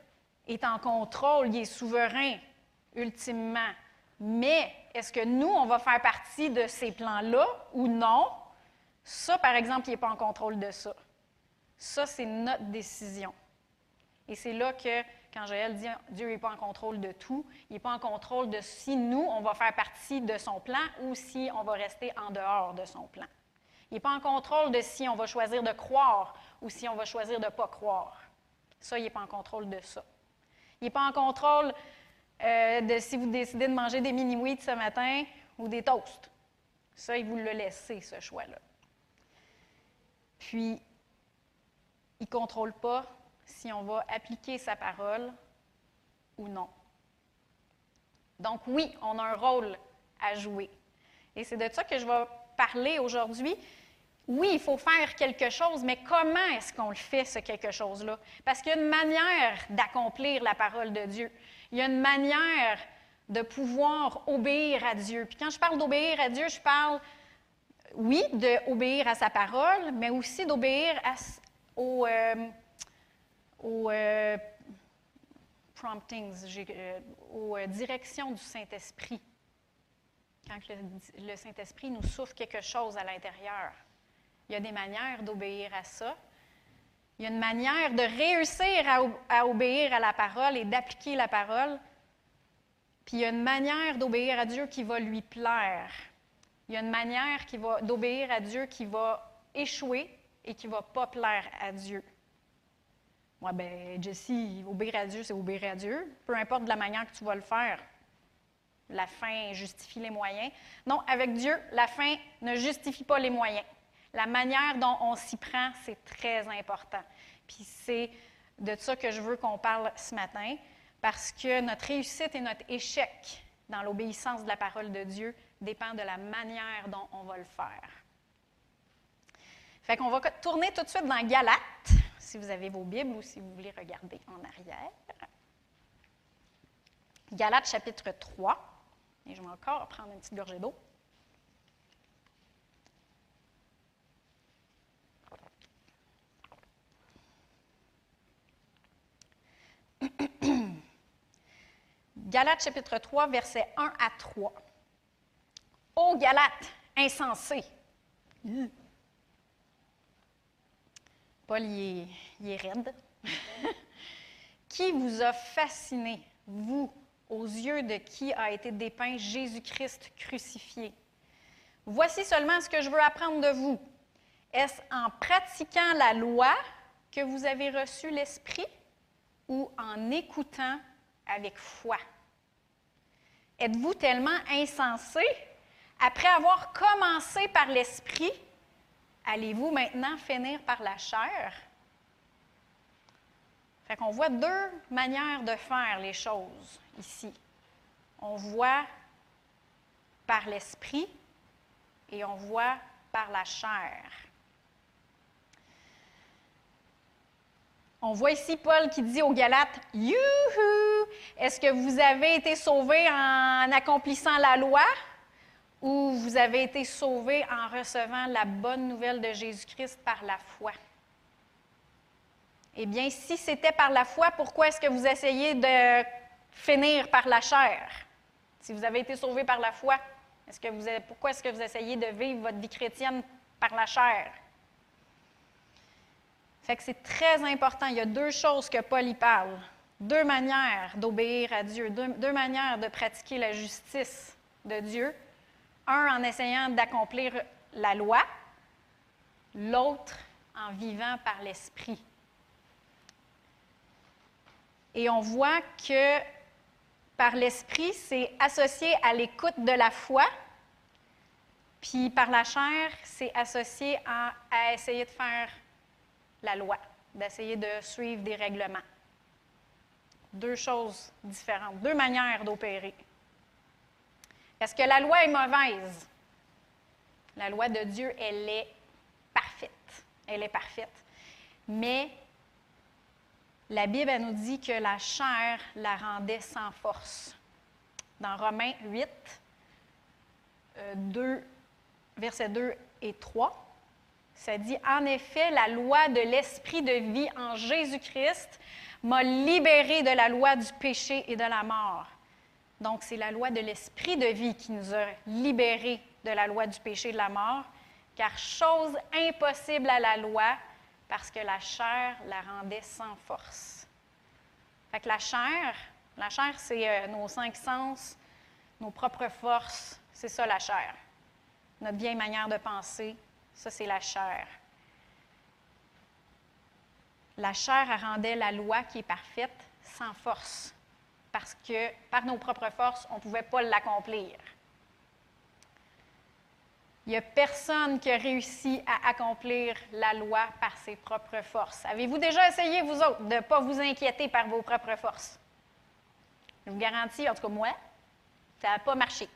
D: est en contrôle, il est souverain, ultimement. Mais est-ce que nous, on va faire partie de ces plans-là ou non? Ça, par exemple, il n'est pas en contrôle de ça. Ça, c'est notre décision. Et c'est là que, quand Joël dit « Dieu n'est pas en contrôle de tout », il n'est pas en contrôle de si nous, on va faire partie de son plan ou si on va rester en dehors de son plan. Il n'est pas en contrôle de si on va choisir de croire ou si on va choisir de ne pas croire. Ça, il n'est pas en contrôle de ça. Il n'est pas en contrôle euh, de si vous décidez de manger des mini-wheats ce matin ou des toasts. Ça, il vous l'a laissé, ce choix-là. Puis, il ne contrôle pas si on va appliquer sa parole ou non. Donc oui, on a un rôle à jouer. Et c'est de ça que je vais parler aujourd'hui. Oui, il faut faire quelque chose, mais comment est-ce qu'on le fait, ce quelque chose-là? Parce qu'il y a une manière d'accomplir la parole de Dieu. Il y a une manière de pouvoir obéir à Dieu. Puis quand je parle d'obéir à Dieu, je parle, oui, d'obéir à sa parole, mais aussi d'obéir à, au... Euh, aux euh, promptings, euh, aux euh, directions du Saint-Esprit. Quand le, le Saint-Esprit nous souffle quelque chose à l'intérieur, il y a des manières d'obéir à ça. Il y a une manière de réussir à, à obéir à la parole et d'appliquer la parole. Puis il y a une manière d'obéir à Dieu qui va lui plaire. Il y a une manière qui va, d'obéir à Dieu qui va échouer et qui ne va pas plaire à Dieu. Moi, bien, Jessie, obéir à Dieu, c'est obéir à Dieu. Peu importe de la manière que tu vas le faire. La fin justifie les moyens. Non, avec Dieu, la fin ne justifie pas les moyens. La manière dont on s'y prend, c'est très important. Puis c'est de ça que je veux qu'on parle ce matin, parce que notre réussite et notre échec dans l'obéissance de la parole de Dieu dépend de la manière dont on va le faire. Fait qu'on va tourner tout de suite dans Galates, si vous avez vos Bibles ou si vous voulez regarder en arrière. Galates chapitre trois. Et je vais encore prendre une petite gorgée d'eau. Galates chapitre trois, versets un à trois. Ô Galates, insensés! Mmh. Paul, il est, il est raide. Qui vous a fasciné, vous, aux yeux de qui a été dépeint Jésus-Christ crucifié? Voici seulement ce que je veux apprendre de vous. Est-ce en pratiquant la loi que vous avez reçu l'Esprit ou en écoutant avec foi? Êtes-vous tellement insensés? Après avoir commencé par l'Esprit, allez-vous maintenant finir par la chair? Fait qu'on voit deux manières de faire les choses ici. On voit par l'Esprit et on voit par la chair. On voit ici Paul qui dit aux Galates, « Youhou! Est-ce que vous avez été sauvés en accomplissant la loi ou vous avez été sauvés en recevant la bonne nouvelle de Jésus-Christ par la foi? » Eh bien, si c'était par la foi, pourquoi est-ce que vous essayez de finir par la chair? Si vous avez été sauvés par la foi, est-ce que vous avez, pourquoi est-ce que vous essayez de vivre votre vie chrétienne par la chair? Fait que c'est très important. Il y a deux choses que Paul y parle. Deux manières d'obéir à Dieu, deux, deux manières de pratiquer la justice de Dieu. Un en essayant d'accomplir la loi, l'autre en vivant par l'Esprit. Et on voit que par l'Esprit, c'est associé à l'écoute de la foi, puis par la chair, c'est associé à, à essayer de faire la loi, d'essayer de suivre des règlements. Deux choses différentes, deux manières d'opérer. Est-ce que la loi est mauvaise? La loi de Dieu, elle est parfaite. Elle est parfaite. Mais la Bible, elle nous dit que la chair la rendait sans force. Dans Romains huit, euh, deux, versets deux et trois, ça dit « En effet, la loi de l'Esprit de vie en Jésus-Christ m'a libéré de la loi du péché et de la mort. Donc, c'est la loi de l'esprit de vie qui nous a libérés de la loi du péché et de la mort, car chose impossible à la loi, parce que la chair la rendait sans force. Fait que la chair, la chair, c'est euh, nos cinq sens, nos propres forces, c'est ça la chair. Notre vieille manière de penser, ça c'est la chair. La chair, elle rendait la loi qui est parfaite sans force, parce que par nos propres forces, on ne pouvait pas l'accomplir. Il n'y a personne qui a réussi à accomplir la loi par ses propres forces. Avez-vous déjà essayé, vous autres, de ne pas vous inquiéter par vos propres forces? Je vous garantis, en tout cas moi, ça n'a pas marché.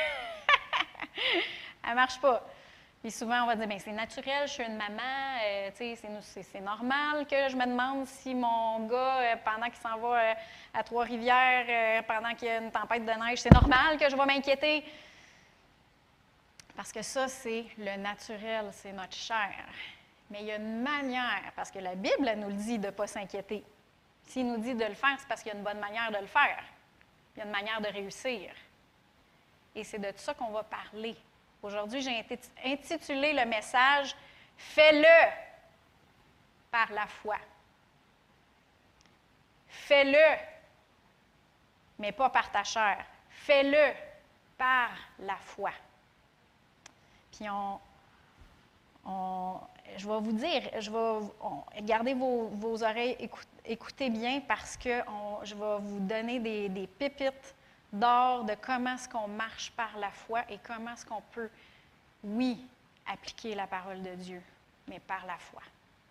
D: Elle ne marche pas. Puis souvent, on va dire, bien, c'est naturel, je suis une maman, euh, tu sais, c'est, c'est normal que je me demande si mon gars, euh, pendant qu'il s'en va euh, à Trois-Rivières, euh, pendant qu'il y a une tempête de neige, c'est normal que je vais m'inquiéter. Parce que ça, c'est le naturel, c'est notre chair. Mais il y a une manière, parce que la Bible, elle nous le dit de ne pas s'inquiéter. S'il nous dit de le faire, c'est parce qu'il y a une bonne manière de le faire. Il y a une manière de réussir. Et c'est de ça qu'on va parler. Aujourd'hui, j'ai intitulé le message « Fais-le par la foi ». Fais-le, mais pas par ta chair. Fais-le par la foi. Puis on, on, je vais vous dire, je vais, on, gardez vos, vos oreilles, écoute, écoutez bien parce que on, je vais vous donner des, des pépites d'or de comment est-ce qu'on marche par la foi et comment est-ce qu'on peut, oui, appliquer la parole de Dieu, mais par la foi.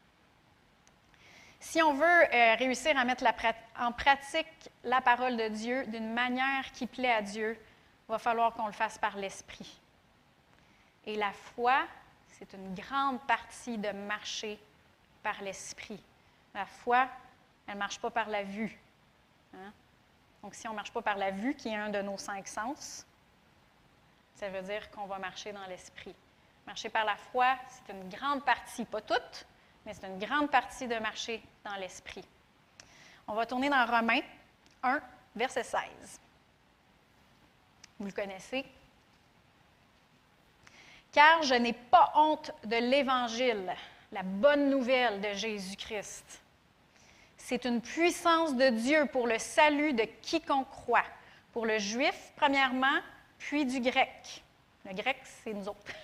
D: Si on veut euh, réussir à mettre la, en pratique la parole de Dieu d'une manière qui plaît à Dieu, il va falloir qu'on le fasse par l'Esprit. Et la foi, c'est une grande partie de marcher par l'Esprit. La foi, elle ne marche pas par la vue. Hein? Donc, si on ne marche pas par la vue, qui est un de nos cinq sens, ça veut dire qu'on va marcher dans l'Esprit. Marcher par la foi, c'est une grande partie, pas toute, mais c'est une grande partie de marcher dans l'Esprit. On va tourner dans Romains un, verset seize. Vous le connaissez. « Car je n'ai pas honte de l'Évangile, la bonne nouvelle de Jésus-Christ. C'est une puissance de Dieu pour le salut de quiconque croit, pour le juif, premièrement, puis du grec. » Le grec, c'est nous autres.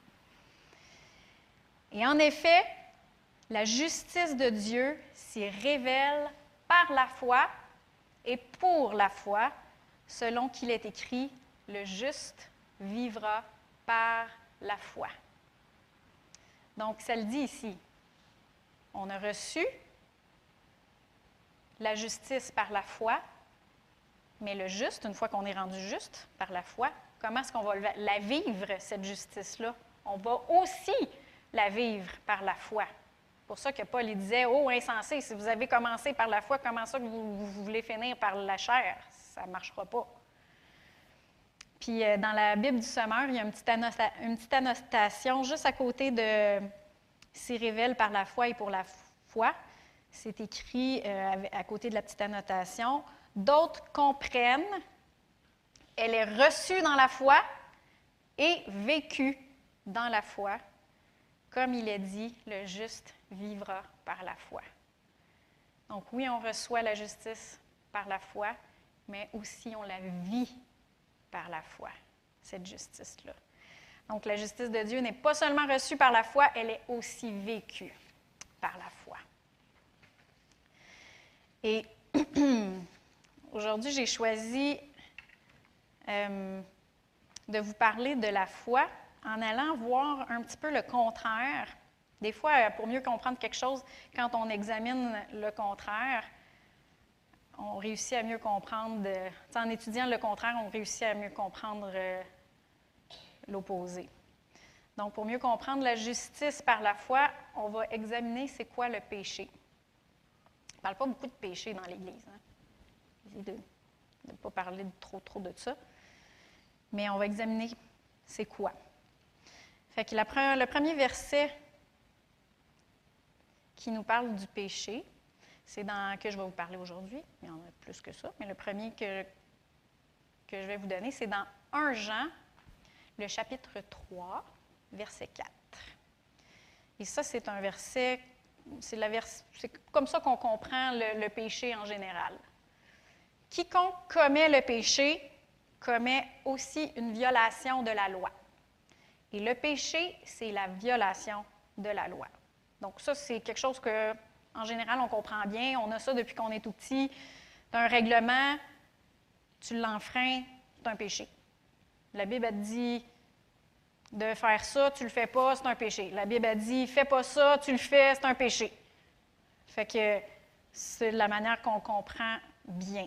D: « Et en effet, la justice de Dieu s'y révèle par la foi et pour la foi, selon qu'il est écrit, le juste vivra par la foi. » Donc, ça le dit ici. On a reçu la justice par la foi, mais le juste, une fois qu'on est rendu juste par la foi, comment est-ce qu'on va la vivre, cette justice-là? On va aussi la vivre par la foi. C'est pour ça que Paul il disait, « Oh, insensé, si vous avez commencé par la foi, comment ça que vous, vous voulez finir par la chair? Ça ne marchera pas. » Puis euh, dans la Bible du Sommeur, il y a une petite, annota- une petite annotation juste à côté de « s'y révèle par la foi et pour la foi ». C'est écrit euh, à côté de la petite annotation. « D'autres comprennent, elle est reçue dans la foi et vécue dans la foi. Comme il est dit, le juste vivra par la foi. » Donc oui, on reçoit la justice par la foi, mais aussi on la vit par la foi, cette justice-là. Donc, la justice de Dieu n'est pas seulement reçue par la foi, elle est aussi vécue par la foi. Et aujourd'hui, j'ai choisi euh, de vous parler de la foi en allant voir un petit peu le contraire. Des fois, pour mieux comprendre quelque chose, quand on examine le contraire, on réussit à mieux comprendre, de, en étudiant le contraire, on réussit à mieux comprendre euh, l'opposé. Donc, pour mieux comprendre la justice par la foi, on va examiner c'est quoi le péché. On ne parle pas beaucoup de péché dans l'Église. Hein? De ne pas parler de trop, trop de ça. Mais on va examiner c'est quoi. Fait que la, le premier verset qui nous parle du péché, c'est dans que je vais vous parler aujourd'hui. Il y en a plus que ça, mais le premier que, que je vais vous donner, c'est dans premier Jean, le chapitre trois, verset quatre. Et ça, c'est un verset, c'est, la vers, c'est comme ça qu'on comprend le, le péché en général. Quiconque commet le péché commet aussi une violation de la loi. Et le péché, c'est la violation de la loi. Donc ça, c'est quelque chose que, en général, on comprend bien. On a ça depuis qu'on est tout petit. Tu as un règlement, tu l'enfreins, c'est un péché. La Bible a dit de faire ça, tu le fais pas, c'est un péché. La Bible a dit fais pas ça, tu le fais, c'est un péché. Fait que c'est la manière qu'on comprend bien.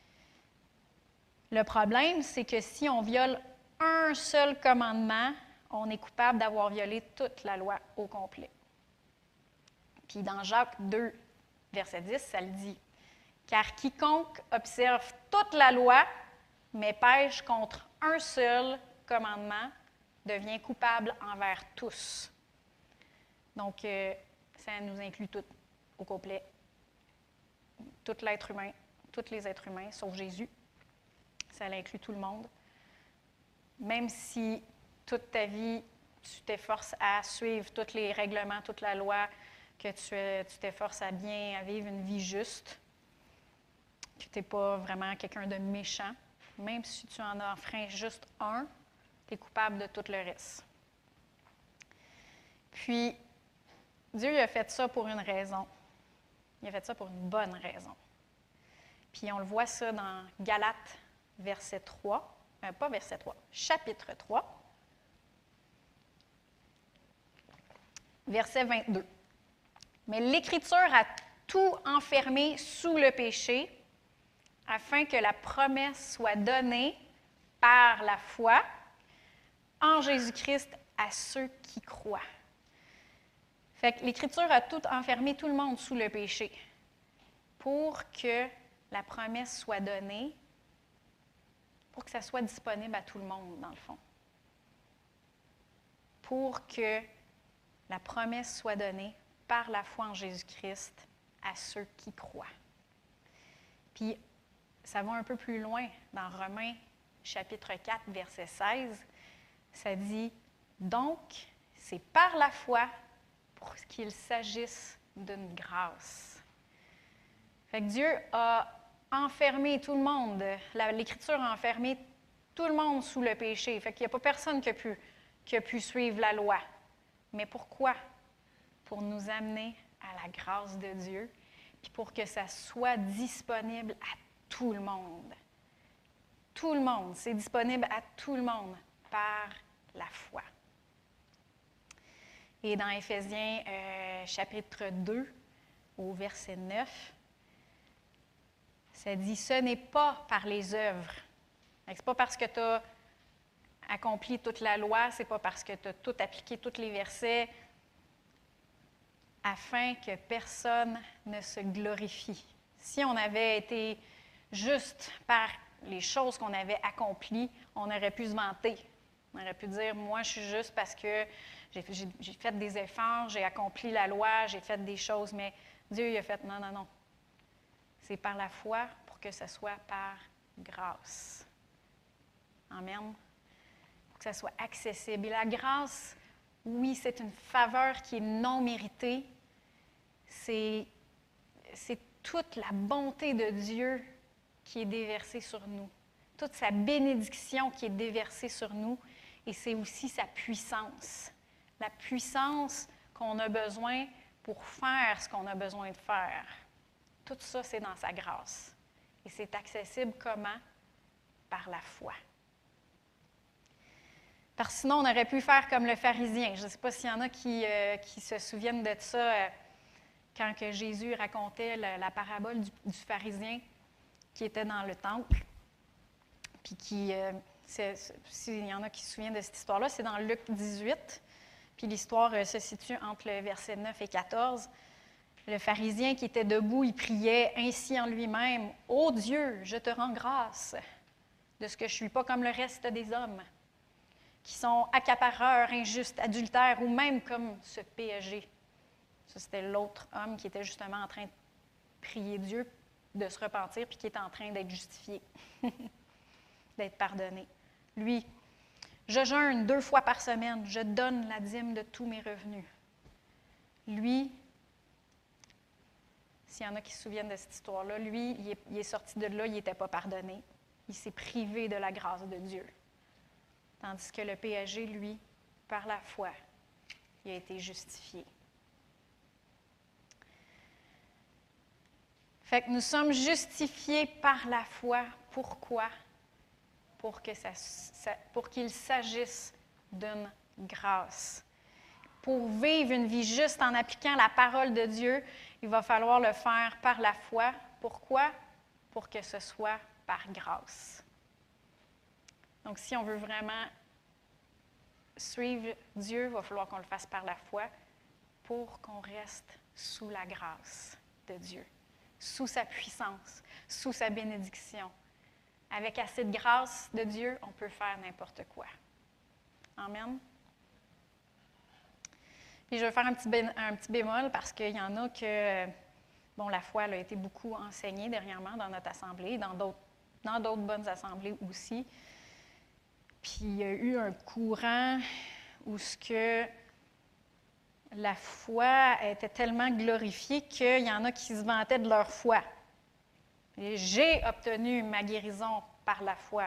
D: Le problème, c'est que si on viole un seul commandement, on est coupable d'avoir violé toute la loi au complet. Puis dans Jacques deux, verset dix, ça le dit. « Car quiconque observe toute la loi, mais pêche contre un seul commandement, devient coupable envers tous. » Donc, euh, ça nous inclut tout au complet. Tout l'être humain, tous les êtres humains, sauf Jésus. Ça inclut tout le monde. Même si toute ta vie, tu t'efforces à suivre tous les règlements, toute la loi, que tu, tu t'efforces à bien à vivre une vie juste, que tu n'es pas vraiment quelqu'un de méchant, même si tu en as enfreint juste un, tu es coupable de tout le reste. Puis, Dieu il a fait ça pour une raison. Il a fait ça pour une bonne raison. Puis on le voit ça dans Galates, verset trois, euh, pas verset trois, chapitre trois, verset vingt-deux. Mais l'Écriture a tout enfermé sous le péché, afin que la promesse soit donnée par la foi en Jésus-Christ à ceux qui croient. Fait que l'Écriture a tout enfermé tout le monde sous le péché pour que la promesse soit donnée, pour que ça soit disponible à tout le monde, dans le fond. Pour que la promesse soit donnée par la foi en Jésus-Christ à ceux qui croient. Puis, ça va un peu plus loin dans Romains, chapitre quatre, verset seize. Ça dit, « Donc, c'est par la foi pour qu'il s'agisse d'une grâce. » Fait que Dieu a enfermé tout le monde. La, L'Écriture a enfermé tout le monde sous le péché. Fait qu'il n'y a pas personne qui a, pu, qui a pu suivre la loi. Mais pourquoi? Pour nous amener à la grâce de Dieu, puis pour que ça soit disponible à tout le monde. Tout le monde, c'est disponible à tout le monde par la foi. Et dans Éphésiens, euh, chapitre deux, au verset neuf, ça dit « Ce n'est pas par les œuvres. » Ce n'est pas parce que tu as accompli toute la loi, ce n'est pas parce que tu as tout appliqué, tous les versets, afin que personne ne se glorifie. Si on avait été juste par les choses qu'on avait accomplies, on aurait pu se vanter. On aurait pu dire, moi, je suis juste parce que j'ai, j'ai, j'ai fait des efforts, j'ai accompli la loi, j'ai fait des choses, mais Dieu, il a fait, non, non, non. C'est par la foi pour que ce soit par grâce. Amen. Pour que ça soit accessible. Et la grâce, oui, c'est une faveur qui est non méritée. C'est, c'est toute la bonté de Dieu qui est déversée sur nous. Toute sa bénédiction qui est déversée sur nous. Et c'est aussi sa puissance. La puissance qu'on a besoin pour faire ce qu'on a besoin de faire. Tout ça, c'est dans sa grâce. Et c'est accessible comment? Par la foi. Parce que sinon, on aurait pu faire comme le pharisien. Je ne sais pas s'il y en a qui, euh, qui se souviennent de ça euh, quand que Jésus racontait la, la parabole du, du pharisien qui était dans le temple. Puis qui, euh, c'est, c'est, s'il y en a qui se souviennent de cette histoire-là, c'est dans Luc dix-huit. Puis l'histoire euh, se situe entre le verset neuf et quatorze. Le pharisien qui était debout, il priait ainsi en lui-même, « Ô Dieu, je te rends grâce de ce que je ne suis pas comme le reste des hommes, qui sont accapareurs, injustes, adultères ou même comme ce P S G. » Ça, c'était l'autre homme qui était justement en train de prier Dieu de se repentir puis qui est en train d'être justifié, d'être pardonné. Lui, je jeûne deux fois par semaine, je donne la dîme de tous mes revenus. Lui, s'il y en a qui se souviennent de cette histoire-là, lui, il est, il est sorti de là, il n'était pas pardonné. Il s'est privé de la grâce de Dieu. Tandis que le P A G, lui, par la foi, il a été justifié. Fait que nous sommes justifiés par la foi. Pourquoi? Pour que ça, ça, pour qu'il s'agisse d'une grâce. Pour vivre une vie juste en appliquant la parole de Dieu, il va falloir le faire par la foi. Pourquoi? Pour que ce soit par grâce. Donc, si on veut vraiment suivre Dieu, il va falloir qu'on le fasse par la foi pour qu'on reste sous la grâce de Dieu, sous sa puissance, sous sa bénédiction. Avec assez de grâce de Dieu, on peut faire n'importe quoi. Amen. Puis je vais faire un petit, bé- un petit bémol parce qu'il y en a que, bon, la foi elle a été beaucoup enseignée dernièrement dans notre assemblée, dans d'autres, dans d'autres bonnes assemblées aussi. Puis il y a eu un courant où ce que la foi était tellement glorifiée qu'il y en a qui se vantaient de leur foi. Et j'ai obtenu ma guérison par la foi.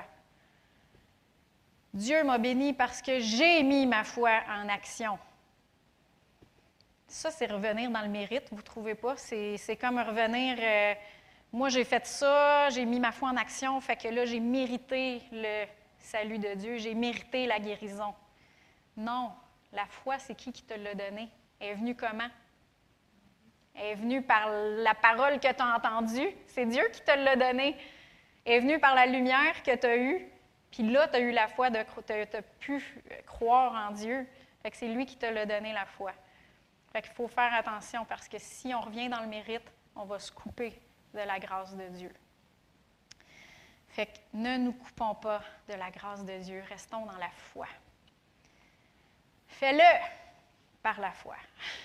D: Dieu m'a béni parce que j'ai mis ma foi en action. Ça, c'est revenir dans le mérite, vous ne trouvez pas? C'est, c'est comme revenir, euh, moi j'ai fait ça, j'ai mis ma foi en action, fait que là j'ai mérité le salut de Dieu, j'ai mérité la guérison. Non, la foi, c'est qui qui te l'a donné? Elle est venue comment? Elle est venue par la parole que tu as entendue. C'est Dieu qui te l'a donnée. Elle est venue par la lumière que tu as eue. Puis là, tu as eu la foi, de, tu as pu croire en Dieu. Fait que c'est lui qui te l'a donné, la foi. Fait qu'il faut faire attention parce que si on revient dans le mérite, on va se couper de la grâce de Dieu. Fait que ne nous coupons pas de la grâce de Dieu. Restons dans la foi. Fais-le par la foi.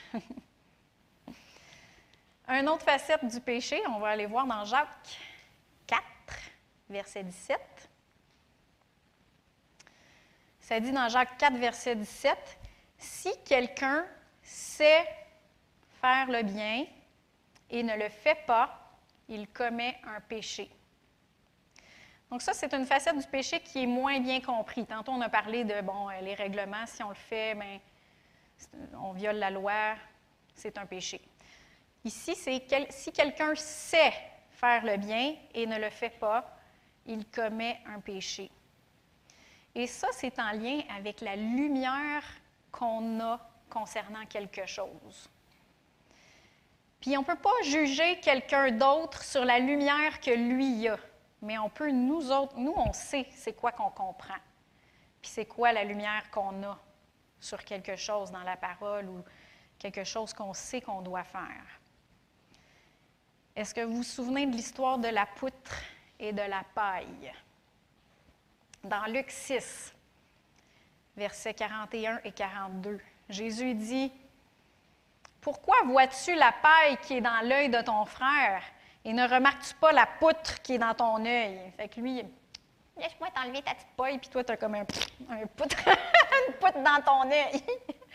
D: Une autre facette du péché, on va aller voir dans Jacques quatre, verset dix-sept. Ça dit dans Jacques quatre, verset dix-sept, « Si quelqu'un sait faire le bien et ne le fait pas, il commet un péché. » Donc ça, c'est une facette du péché qui est moins bien comprise. Tantôt, on a parlé de, bon, les règlements, si on le fait, bien, on viole la loi, c'est un péché. Ici, c'est quel, si quelqu'un sait faire le bien et ne le fait pas, il commet un péché. Et ça, c'est en lien avec la lumière qu'on a concernant quelque chose. Puis on ne peut pas juger quelqu'un d'autre sur la lumière que lui a, mais on peut, nous autres, nous, on sait c'est quoi qu'on comprend. Puis c'est quoi la lumière qu'on a sur quelque chose dans la parole ou quelque chose qu'on sait qu'on doit faire. Est-ce que vous vous souvenez de l'histoire de la poutre et de la paille? Dans Luc six, versets quarante et un et quarante-deux, Jésus dit « Pourquoi vois-tu la paille qui est dans l'œil de ton frère et ne remarques-tu pas la poutre qui est dans ton œil? » Fait que lui, « Laisse-moi t'enlever ta petite paille, puis toi, tu as comme un, un poutre, une poutre dans ton œil. »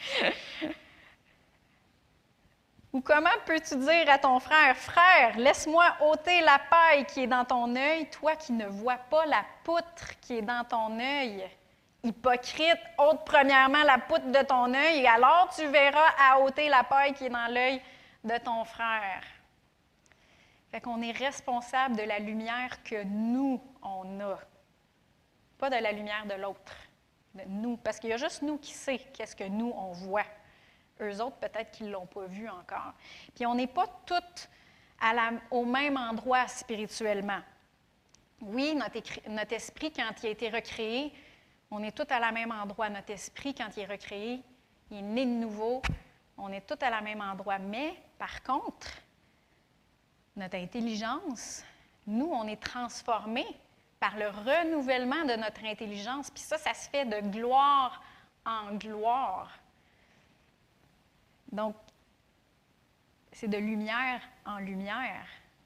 D: Ou comment peux-tu dire à ton frère, « Frère, laisse-moi ôter la paille qui est dans ton œil, toi qui ne vois pas la poutre qui est dans ton œil. Hypocrite, ôte premièrement la poutre de ton œil, et alors tu verras à ôter la paille qui est dans l'œil de ton frère. » Fait qu'on est responsable de la lumière que nous, on a. Pas de la lumière de l'autre, de nous. Parce qu'il y a juste nous qui sait qu'est-ce que nous, on voit. Eux autres, peut-être qu'ils ne l'ont pas vu encore. Puis on n'est pas toutes à la, au même endroit spirituellement. Oui, notre, notre esprit, quand il a été recréé, on est tous à la même endroit. Notre esprit, quand il est recréé, il est né de nouveau. On est tous à la même endroit. Mais, par contre, notre intelligence, nous, on est transformés par le renouvellement de notre intelligence. Puis ça, ça se fait de gloire en gloire. Donc, c'est de lumière en lumière.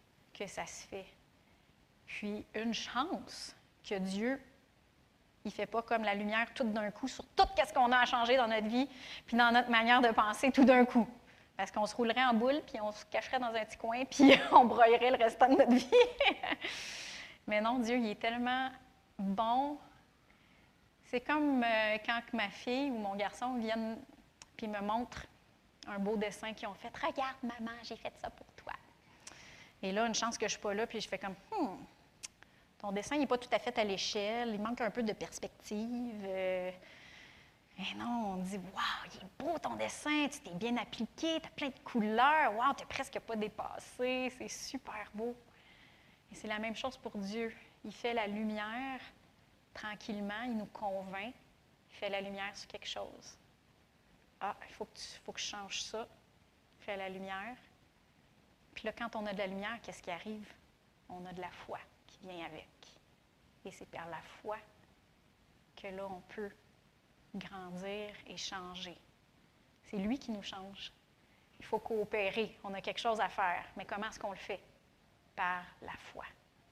D: que ça se fait. Puis une chance que Dieu, il ne fait pas comme la lumière tout d'un coup sur tout ce qu'on a à changer dans notre vie, puis dans notre manière de penser tout d'un coup. Parce qu'on se roulerait en boule, puis on se cacherait dans un petit coin, puis on broyerait le restant de notre vie. Mais non, Dieu, il est tellement bon. C'est comme euh, quand ma fille ou mon garçon viennent puis me montrent un beau dessin qu'ils ont fait. « Regarde, maman, j'ai fait ça pour toi. » Et là, une chance que je ne suis pas là, puis je fais comme « Hmm, ton dessin n'est pas tout à fait à l'échelle, il manque un peu de perspective. Euh, » Et non, on dit « Wow, il est beau ton dessin, tu t'es bien appliqué, tu as plein de couleurs, wow, tu n'as presque pas dépassé, c'est super beau. » Et c'est la même chose pour Dieu. Il fait la lumière tranquillement, il nous convainc, il fait la lumière sur quelque chose. Ah, il faut que, tu, faut que je change ça. Il fait la lumière. Puis là, quand on a de la lumière, qu'est-ce qui arrive? On a de la foi qui vient avec. Et c'est par la foi que là, on peut grandir et changer. C'est lui qui nous change. Il faut coopérer. On a quelque chose à faire. Mais comment est-ce qu'on le fait? Par la foi.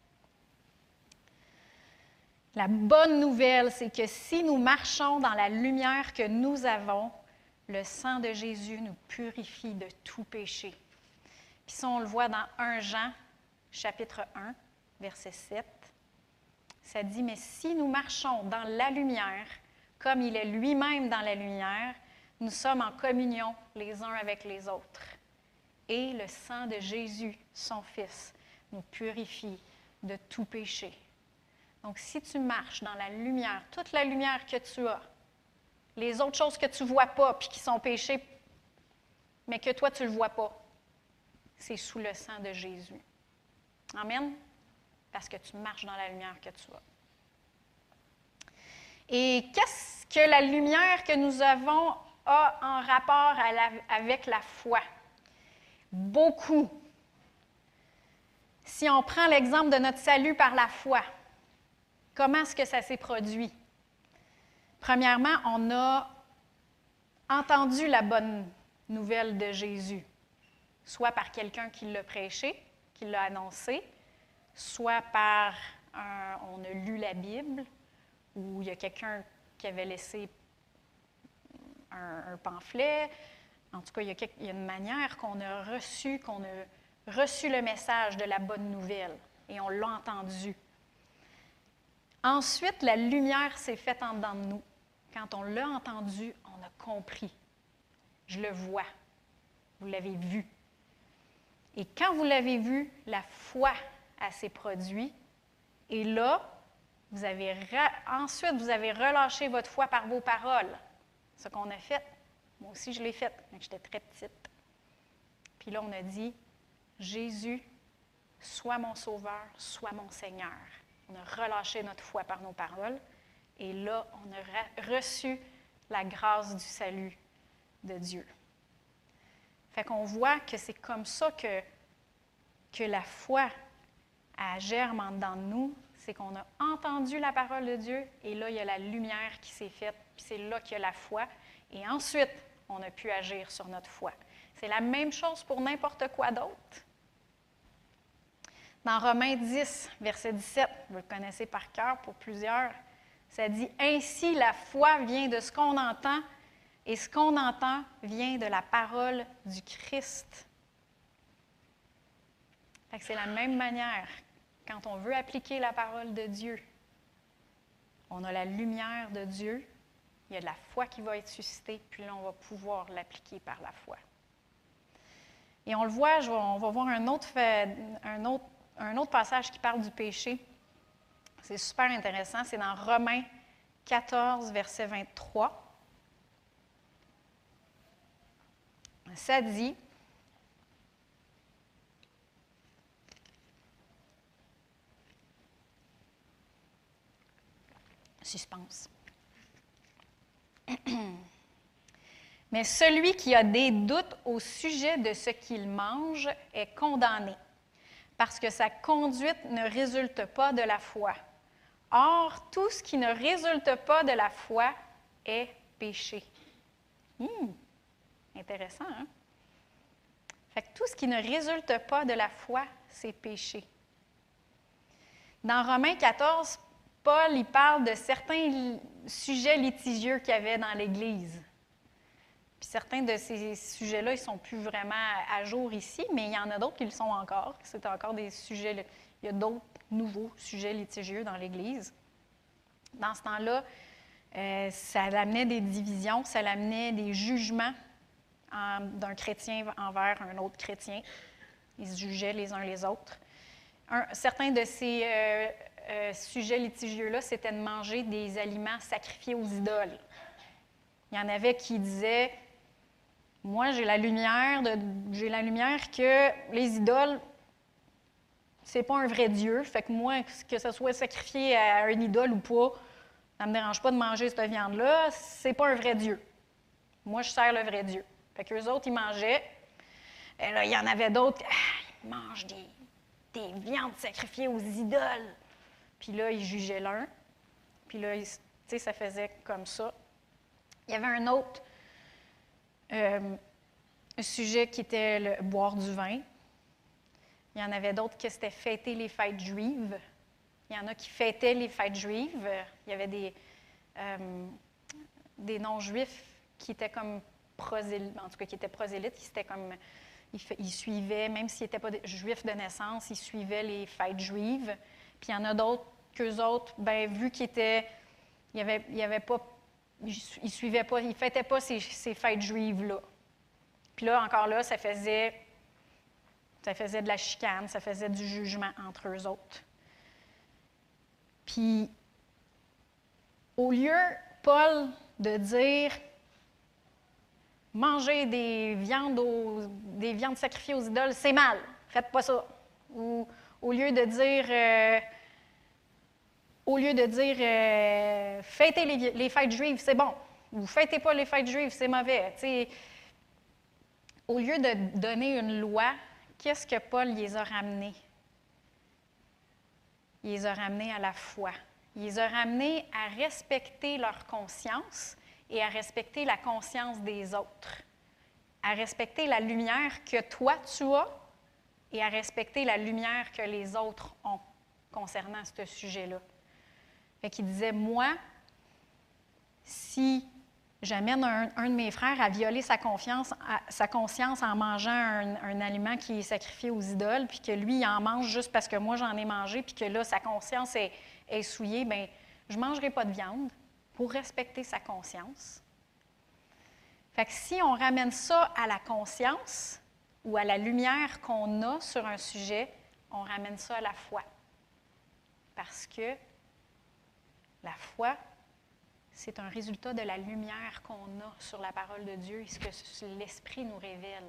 D: La bonne nouvelle, c'est que si nous marchons dans la lumière que nous avons, le sang de Jésus nous purifie de tout péché. Puis ça, on le voit dans premier Jean, chapitre un, verset sept. Ça dit, « Mais si nous marchons dans la lumière, comme il est lui-même dans la lumière, nous sommes en communion les uns avec les autres. Et le sang de Jésus, son Fils, nous purifie de tout péché. » Donc, si tu marches dans la lumière, toute la lumière que tu as, les autres choses que tu ne vois pas puis qui sont péchées, mais que toi, tu ne le vois pas, c'est sous le sang de Jésus. Amen? Parce que tu marches dans la lumière que tu as. Et qu'est-ce que la lumière que nous avons a en rapport à la, avec la foi? Beaucoup. Si on prend l'exemple de notre salut par la foi, comment est-ce que ça s'est produit? Premièrement, on a entendu la bonne nouvelle de Jésus, soit par quelqu'un qui l'a prêché, qui l'a annoncé, soit par un, on a lu la Bible, ou il y a quelqu'un qui avait laissé un, un pamphlet. En tout cas, il y a, quelque, il y a une manière qu'on a reçu, qu'on a reçu le message de la bonne nouvelle, et on l'a entendu. Ensuite, la lumière s'est faite en dedans de nous. Quand on l'a entendu, on a compris. Je le vois. Vous l'avez vu. Et quand vous l'avez vu, la foi a s'est produite. Et là, vous avez ra... ensuite, vous avez relâché votre foi par vos paroles. Ce qu'on a fait. Moi aussi, je l'ai fait, quand j'étais très petite. Puis là, on a dit, Jésus, sois mon sauveur, sois mon Seigneur. On a relâché notre foi par nos paroles. Et là, on a reçu la grâce du salut de Dieu. Fait qu'on voit que c'est comme ça que, que la foi elle germe en dedans de nous. C'est qu'on a entendu la parole de Dieu et là, il y a la lumière qui s'est faite. Puis c'est là qu'il y a la foi. Et ensuite, on a pu agir sur notre foi. C'est la même chose pour n'importe quoi d'autre. Dans Romains dix, verset dix-sept, vous le connaissez par cœur pour plusieurs, ça dit « Ainsi la foi vient de ce qu'on entend, et ce qu'on entend vient de la parole du Christ. » Fait que c'est la même manière. Quand on veut appliquer la parole de Dieu, on a la lumière de Dieu, il y a de la foi qui va être suscitée, puis là, on va pouvoir l'appliquer par la foi. Et on le voit, je vais, on va voir un autre, fait, un, autre, un autre passage qui parle du péché. C'est super intéressant. C'est dans Romains quatorze, verset vingt-trois. Ça dit, suspense. Mais celui qui a des doutes au sujet de ce qu'il mange est condamné, parce que sa conduite ne résulte pas de la foi. Or, tout ce qui ne résulte pas de la foi est péché. Hum, intéressant, hein? Fait que tout ce qui ne résulte pas de la foi, ses péchés. Dans Romains quatorze, Paul il parle de certains sujets litigieux qu'il y avait dans l'Église. Puis certains de ces sujets-là, ils ne sont plus vraiment à jour ici, mais il y en a d'autres qui le sont encore. C'est encore des sujets, il y a d'autres nouveaux sujets litigieux dans l'Église. Dans ce temps-là, euh, ça amenait des divisions, ça amenait des jugements en, d'un chrétien envers un autre chrétien. Ils se jugeaient les uns les autres. Un, certains de ces euh, euh, sujets litigieux-là, c'était de manger des aliments sacrifiés aux idoles. Il y en avait qui disaient, moi, j'ai la lumière, de, j'ai la lumière que les idoles, c'est pas un vrai Dieu. Fait que moi, que ce soit sacrifié à un idole ou pas, ça ne me dérange pas de manger cette viande-là, c'est pas un vrai Dieu. Moi, je sers le vrai Dieu. Fait qu'eux autres, ils mangeaient. Et là, il y en avait d'autres, ah, ils mangent des, des viandes sacrifiées aux idoles. Puis là, ils jugeaient l'un. Puis là, tu sais, ça faisait comme ça. Il y avait un autre euh, sujet qui était le boire du vin. Il y en avait d'autres qui c'était fêter les fêtes juives. Il y en a qui fêtaient les fêtes juives. Il y avait des, euh, des non-juifs qui étaient comme prosélytes, en tout cas qui étaient prosélytes, qui étaient comme, ils, ils suivaient, même s'ils n'étaient pas juifs de naissance, ils suivaient les fêtes juives. Puis il y en a d'autres qu'eux autres, bien, vu qu'ils étaient, il n'y avait, il y avait pas, ils suivaient pas, ils ne fêtaient pas ces, ces fêtes juives-là. Puis là, encore là, ça faisait, ça faisait de la chicane, ça faisait du jugement entre eux autres. Puis, au lieu, Paul, de dire manger des viandes, aux, des viandes sacrifiées aux idoles, c'est mal, faites pas ça. Ou au lieu de dire, euh, au lieu de dire euh, fêtez les, les fêtes juives, c'est bon. Ou fêtez pas les fêtes juives, c'est mauvais. T'sais, au lieu de donner une loi, qu'est-ce que Paul les a ramenés? Il les a ramenés à la foi. Il les a ramenés à respecter leur conscience et à respecter la conscience des autres, à respecter la lumière que toi, tu as et à respecter la lumière que les autres ont concernant ce sujet-là. Fait qu'il disait, moi, si j'amène un, un de mes frères à violer sa, confiance, à, sa conscience en mangeant un, un aliment qui est sacrifié aux idoles, puis que lui, il en mange juste parce que moi, j'en ai mangé, puis que là, sa conscience est, est souillée, bien, je ne mangerai pas de viande pour respecter sa conscience. Fait que si on ramène ça à la conscience ou à la lumière qu'on a sur un sujet, on ramène ça à la foi. Parce que la foi, c'est un résultat de la lumière qu'on a sur la parole de Dieu et ce que l'Esprit nous révèle.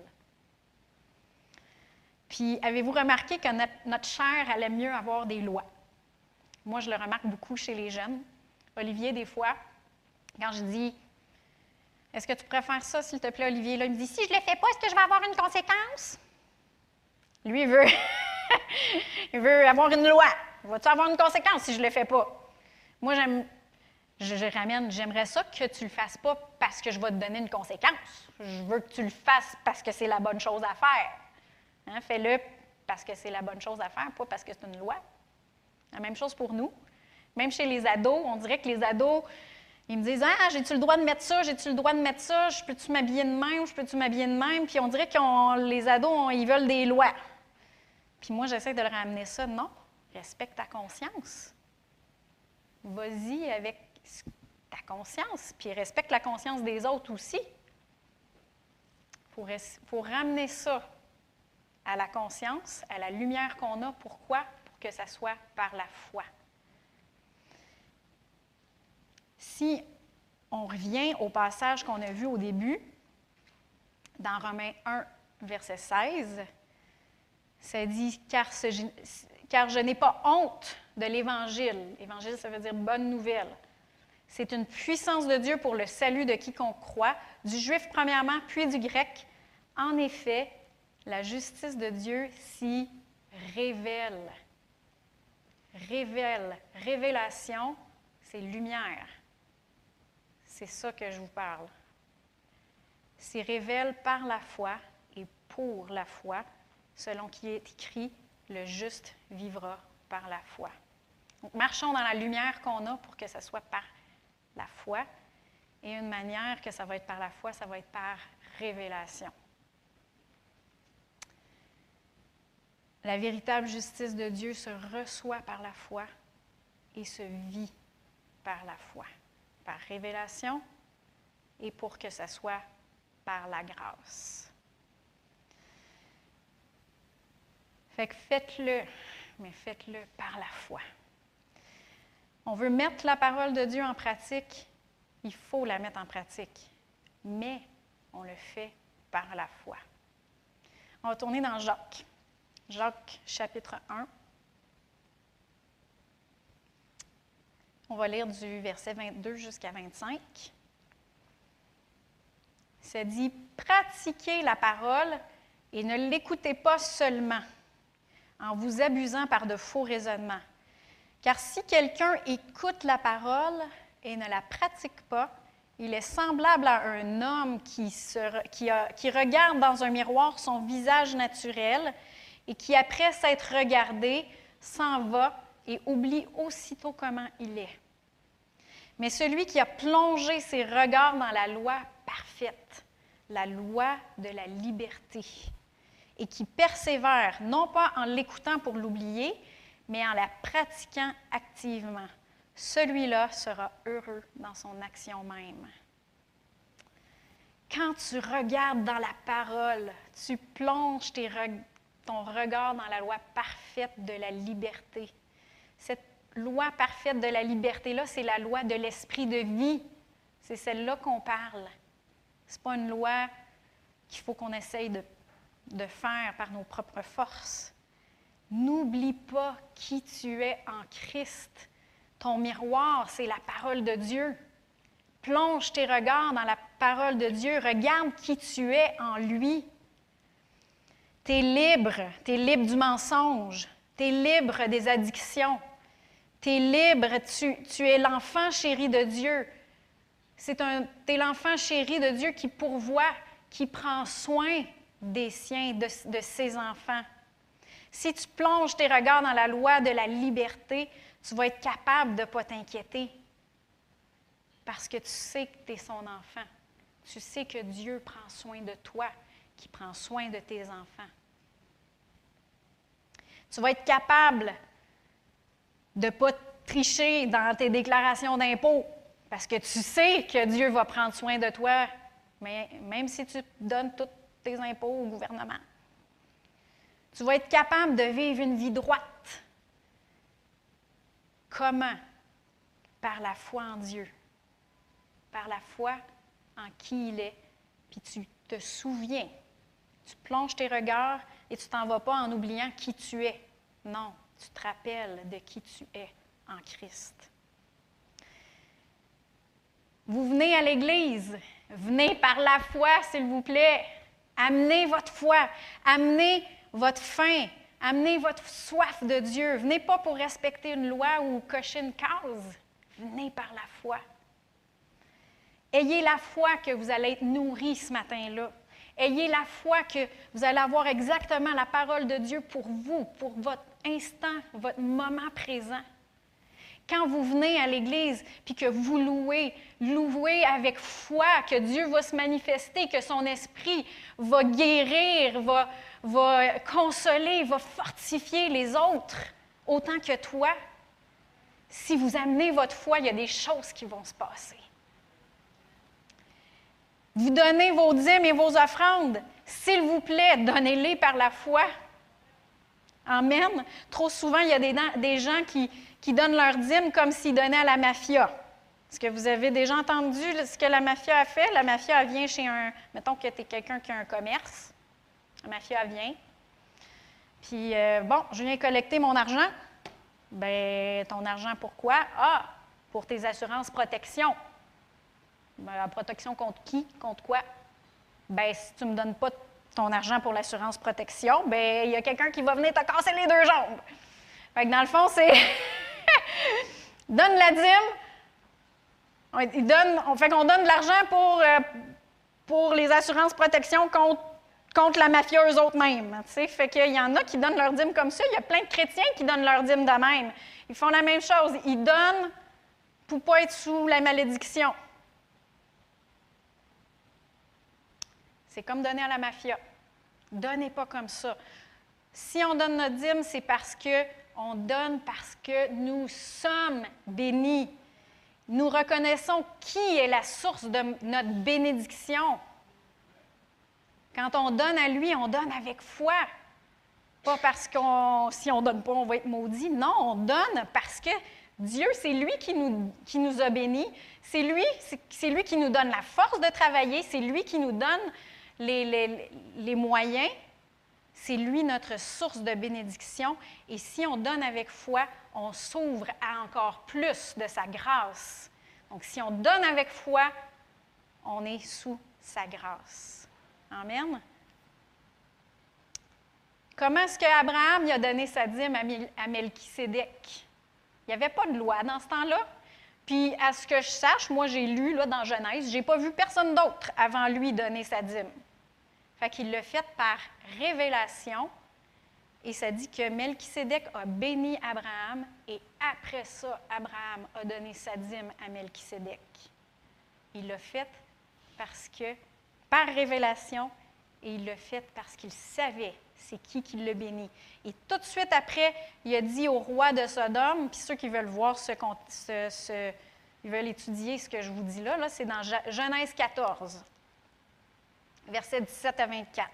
D: Puis, avez-vous remarqué que notre, notre chair allait mieux avoir des lois? Moi, je le remarque beaucoup chez les jeunes. Olivier, des fois, quand je dis « Est-ce que tu pourrais faire ça, s'il te plaît, Olivier? » Là, il me dit « Si je ne le fais pas, est-ce que je vais avoir une conséquence? » Lui, il veut, il veut avoir une loi. Va-tu avoir une conséquence si je ne le fais pas? Moi, j'aime... Je, je ramène, j'aimerais ça que tu ne le fasses pas parce que je vais te donner une conséquence. Je veux que tu le fasses parce que c'est la bonne chose à faire. Hein, fais-le parce que c'est la bonne chose à faire, pas parce que c'est une loi. La même chose pour nous. Même chez les ados, on dirait que les ados, ils me disent « Ah, j'ai-tu le droit de mettre ça? J'ai-tu le droit de mettre ça? Je peux-tu m'habiller de même? Je peux-tu m'habiller de même? » Puis on dirait que les ados, on, ils veulent des lois. Puis moi, j'essaie de leur ramener ça. Non, respecte ta conscience. Vas-y avec ta conscience, puis respecte la conscience des autres aussi. Il faut ramener ça à la conscience, à la lumière qu'on a. Pourquoi? Pour que ça soit par la foi. Si on revient au passage qu'on a vu au début, dans Romains un, verset seize, ça dit « Car, ce, car je n'ai pas honte de l'Évangile. » Évangile, ça veut dire « bonne nouvelle ». C'est une puissance de Dieu pour le salut de quiconque croit, du juif premièrement, puis du grec. En effet, la justice de Dieu s'y révèle. Révèle. Révélation, c'est lumière. C'est ça que je vous parle. S'y révèle par la foi et pour la foi, selon qui est écrit, le juste vivra par la foi. Donc, marchons dans la lumière qu'on a pour que ce soit par la foi. Et une manière que ça va être par la foi, ça va être par révélation. La véritable justice de Dieu se reçoit par la foi et se vit par la foi, par révélation et pour que ça soit par la grâce. Fait que faites-le, mais faites-le par la foi. On veut mettre la parole de Dieu en pratique, il faut la mettre en pratique, mais on le fait par la foi. On va tourner dans Jacques. Jacques, chapitre un. On va lire du verset vingt-deux jusqu'à vingt-cinq. Ça dit « Pratiquez la parole et ne l'écoutez pas seulement, en vous abusant par de faux raisonnements. Car si quelqu'un écoute la parole et ne la pratique pas, il est semblable à un homme qui, se, qui, a, qui regarde dans un miroir son visage naturel et qui, après s'être regardé, s'en va et oublie aussitôt comment il est. Mais celui qui a plongé ses regards dans la loi parfaite, la loi de la liberté, et qui persévère, non pas en l'écoutant pour l'oublier, mais en la pratiquant activement, celui-là sera heureux dans son action même. Quand tu regardes dans la parole, tu plonges tes re- ton regard dans la loi parfaite de la liberté. Cette loi parfaite de la liberté-là, c'est la loi de l'esprit de vie. C'est celle-là qu'on parle. Ce n'est pas une loi qu'il faut qu'on essaye de, de faire par nos propres forces. N'oublie pas qui tu es en Christ. Ton miroir, c'est la parole de Dieu. Plonge tes regards dans la parole de Dieu. Regarde qui tu es en lui. Tu es libre. Tu es libre du mensonge. Tu es libre des addictions. Tu es libre. Tu, tu es l'enfant chéri de Dieu. Tu es l'enfant chéri de Dieu qui pourvoit, qui prend soin des siens, de, de ses enfants. Si tu plonges tes regards dans la loi de la liberté, tu vas être capable de ne pas t'inquiéter parce que tu sais que tu es son enfant. Tu sais que Dieu prend soin de toi, qui prend soin de tes enfants. Tu vas être capable de ne pas tricher dans tes déclarations d'impôts parce que tu sais que Dieu va prendre soin de toi, mais même si tu donnes tous tes impôts au gouvernement. Tu vas être capable de vivre une vie droite. Comment? Par la foi en Dieu. Par la foi en qui il est. Puis tu te souviens. Tu plonges tes regards et tu ne t'en vas pas en oubliant qui tu es. Non, tu te rappelles de qui tu es en Christ. Vous venez à l'Église. Venez par la foi, s'il vous plaît. Amenez votre foi. Amenez votre faim, amenez votre soif de Dieu. Venez pas pour respecter une loi ou cocher une case. Venez par la foi. Ayez la foi que vous allez être nourris ce matin-là. Ayez la foi que vous allez avoir exactement la parole de Dieu pour vous, pour votre instant, votre moment présent. Quand vous venez à l'Église puis que vous louez, louez avec foi que Dieu va se manifester, que son esprit va guérir, va, va consoler, va fortifier les autres autant que toi. Si vous amenez votre foi, il y a des choses qui vont se passer. Vous donnez vos dîmes et vos offrandes. S'il vous plaît, donnez-les par la foi. Amen. Trop souvent, il y a des, des gens qui, qui donnent leurs dîmes comme s'ils donnaient à la mafia. Est-ce que vous avez déjà entendu ce que la mafia a fait? La mafia, elle vient chez un... Mettons que tu es quelqu'un qui a un commerce. La mafia, elle vient. Puis, euh, bon, je viens collecter mon argent. Bien, ton argent, pourquoi? Ah, pour tes assurances protection. Bien, la protection contre qui? Contre quoi? Bien, si tu ne me donnes pas ton argent pour l'assurance protection, bien, il y a quelqu'un qui va venir te casser les deux jambes. Fait que dans le fond, c'est... donne la dîme. On, il donne, on fait qu'on donne de l'argent pour, euh, pour les assurances protection contre contre la mafia eux autres mêmes. Tu sais, fait qu'il y en a qui donnent leur dîme comme ça. Il y a plein de chrétiens qui donnent leur dîme de même. Ils font la même chose. Ils donnent pour ne pas être sous la malédiction. C'est comme donner à la mafia. Donnez pas comme ça. Si on donne notre dîme, c'est parce qu'on donne parce que nous sommes bénis. Nous reconnaissons qui est la source de notre bénédiction. Quand on donne à lui, on donne avec foi. Pas parce que si on ne donne pas, on va être maudit. Non, on donne parce que Dieu, c'est lui qui nous, qui nous a bénis. C'est lui, c'est, c'est lui qui nous donne la force de travailler. C'est lui qui nous donne les, les, les moyens. C'est lui notre source de bénédiction. Et si on donne avec foi, on s'ouvre à encore plus de sa grâce. Donc, si on donne avec foi, on est sous sa grâce. Amen. Comment est-ce qu'Abraham a donné sa dîme à Melchisédek? Il n'y avait pas de loi dans ce temps-là. Puis, à ce que je sache, moi, j'ai lu là, dans Genèse, je n'ai pas vu personne d'autre avant lui donner sa dîme. Fait qu'il l'a fait par révélation. Et ça dit que Melchisédek a béni Abraham et après ça, Abraham a donné sa dîme à Melchisédek. Il l'a fait parce que, par révélation, et il l'a fait parce qu'il savait c'est qui qui l'a béni. Et tout de suite après, il a dit au roi de Sodome, puis ceux qui veulent voir ce, ce, ce ils veulent étudier ce que je vous dis là, là c'est dans Genèse quatorze, versets dix-sept à vingt-quatre.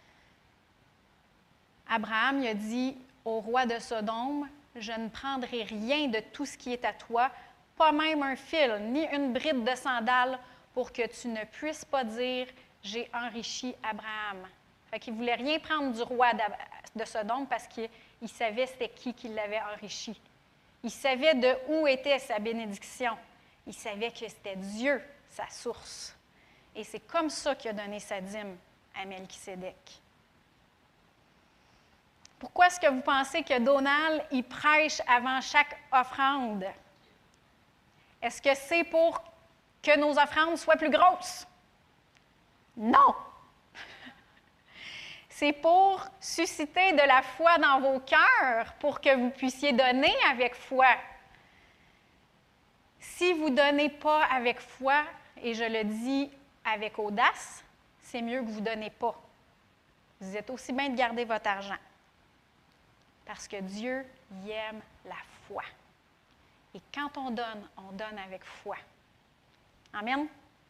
D: Abraham il a dit au roi de Sodome, « Je ne prendrai rien de tout ce qui est à toi, pas même un fil, ni une bride de sandales, pour que tu ne puisses pas dire « J'ai enrichi Abraham ». Fait qu'il ne voulait rien prendre du roi de Sodome parce qu'il savait c'était qui qui l'avait enrichi. Il savait de où était sa bénédiction. Il savait que c'était Dieu, sa source. Et c'est comme ça qu'il a donné sa dîme à Melchisédek. Pourquoi est-ce que vous pensez que Donald, il prêche avant chaque offrande? Est-ce que c'est pour que nos offrandes soient plus grosses? Non! C'est pour susciter de la foi dans vos cœurs, pour que vous puissiez donner avec foi. Si vous ne donnez pas avec foi, et je le dis avec audace, c'est mieux que vous ne donnez pas. Vous êtes aussi bien de garder votre argent. Parce que Dieu il aime la foi. Et quand on donne, on donne avec foi. Amen?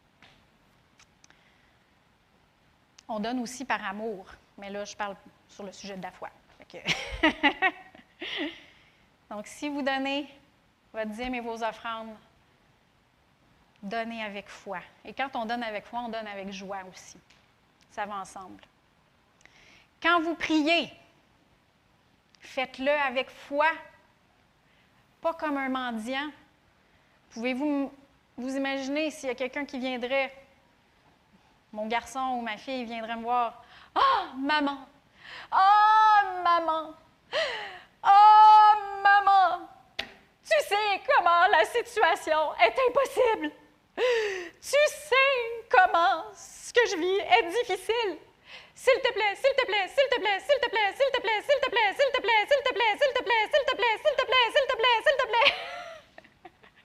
D: On donne aussi par amour. Mais là, je parle sur le sujet de la foi. Fait que Donc, si vous donnez votre dîme et vos offrandes, donnez avec foi. Et quand on donne avec foi, on donne avec joie aussi. Ça va ensemble. Quand vous priez, faites-le avec foi, pas comme un mendiant. Pouvez-vous vous imaginer s'il y a quelqu'un qui viendrait, mon garçon ou ma fille viendrait me voir, « Oh, maman! Oh, maman! Oh, maman! Tu sais comment la situation est impossible! Tu sais comment ce que je vis est difficile! S'il te plaît, s'il te plaît, s'il te plaît, s'il te plaît, s'il te plaît, s'il te plaît, s'il te plaît, s'il te plaît, s'il te plaît, s'il te plaît, s'il te plaît, s'il te plaît, s'il te plaît. »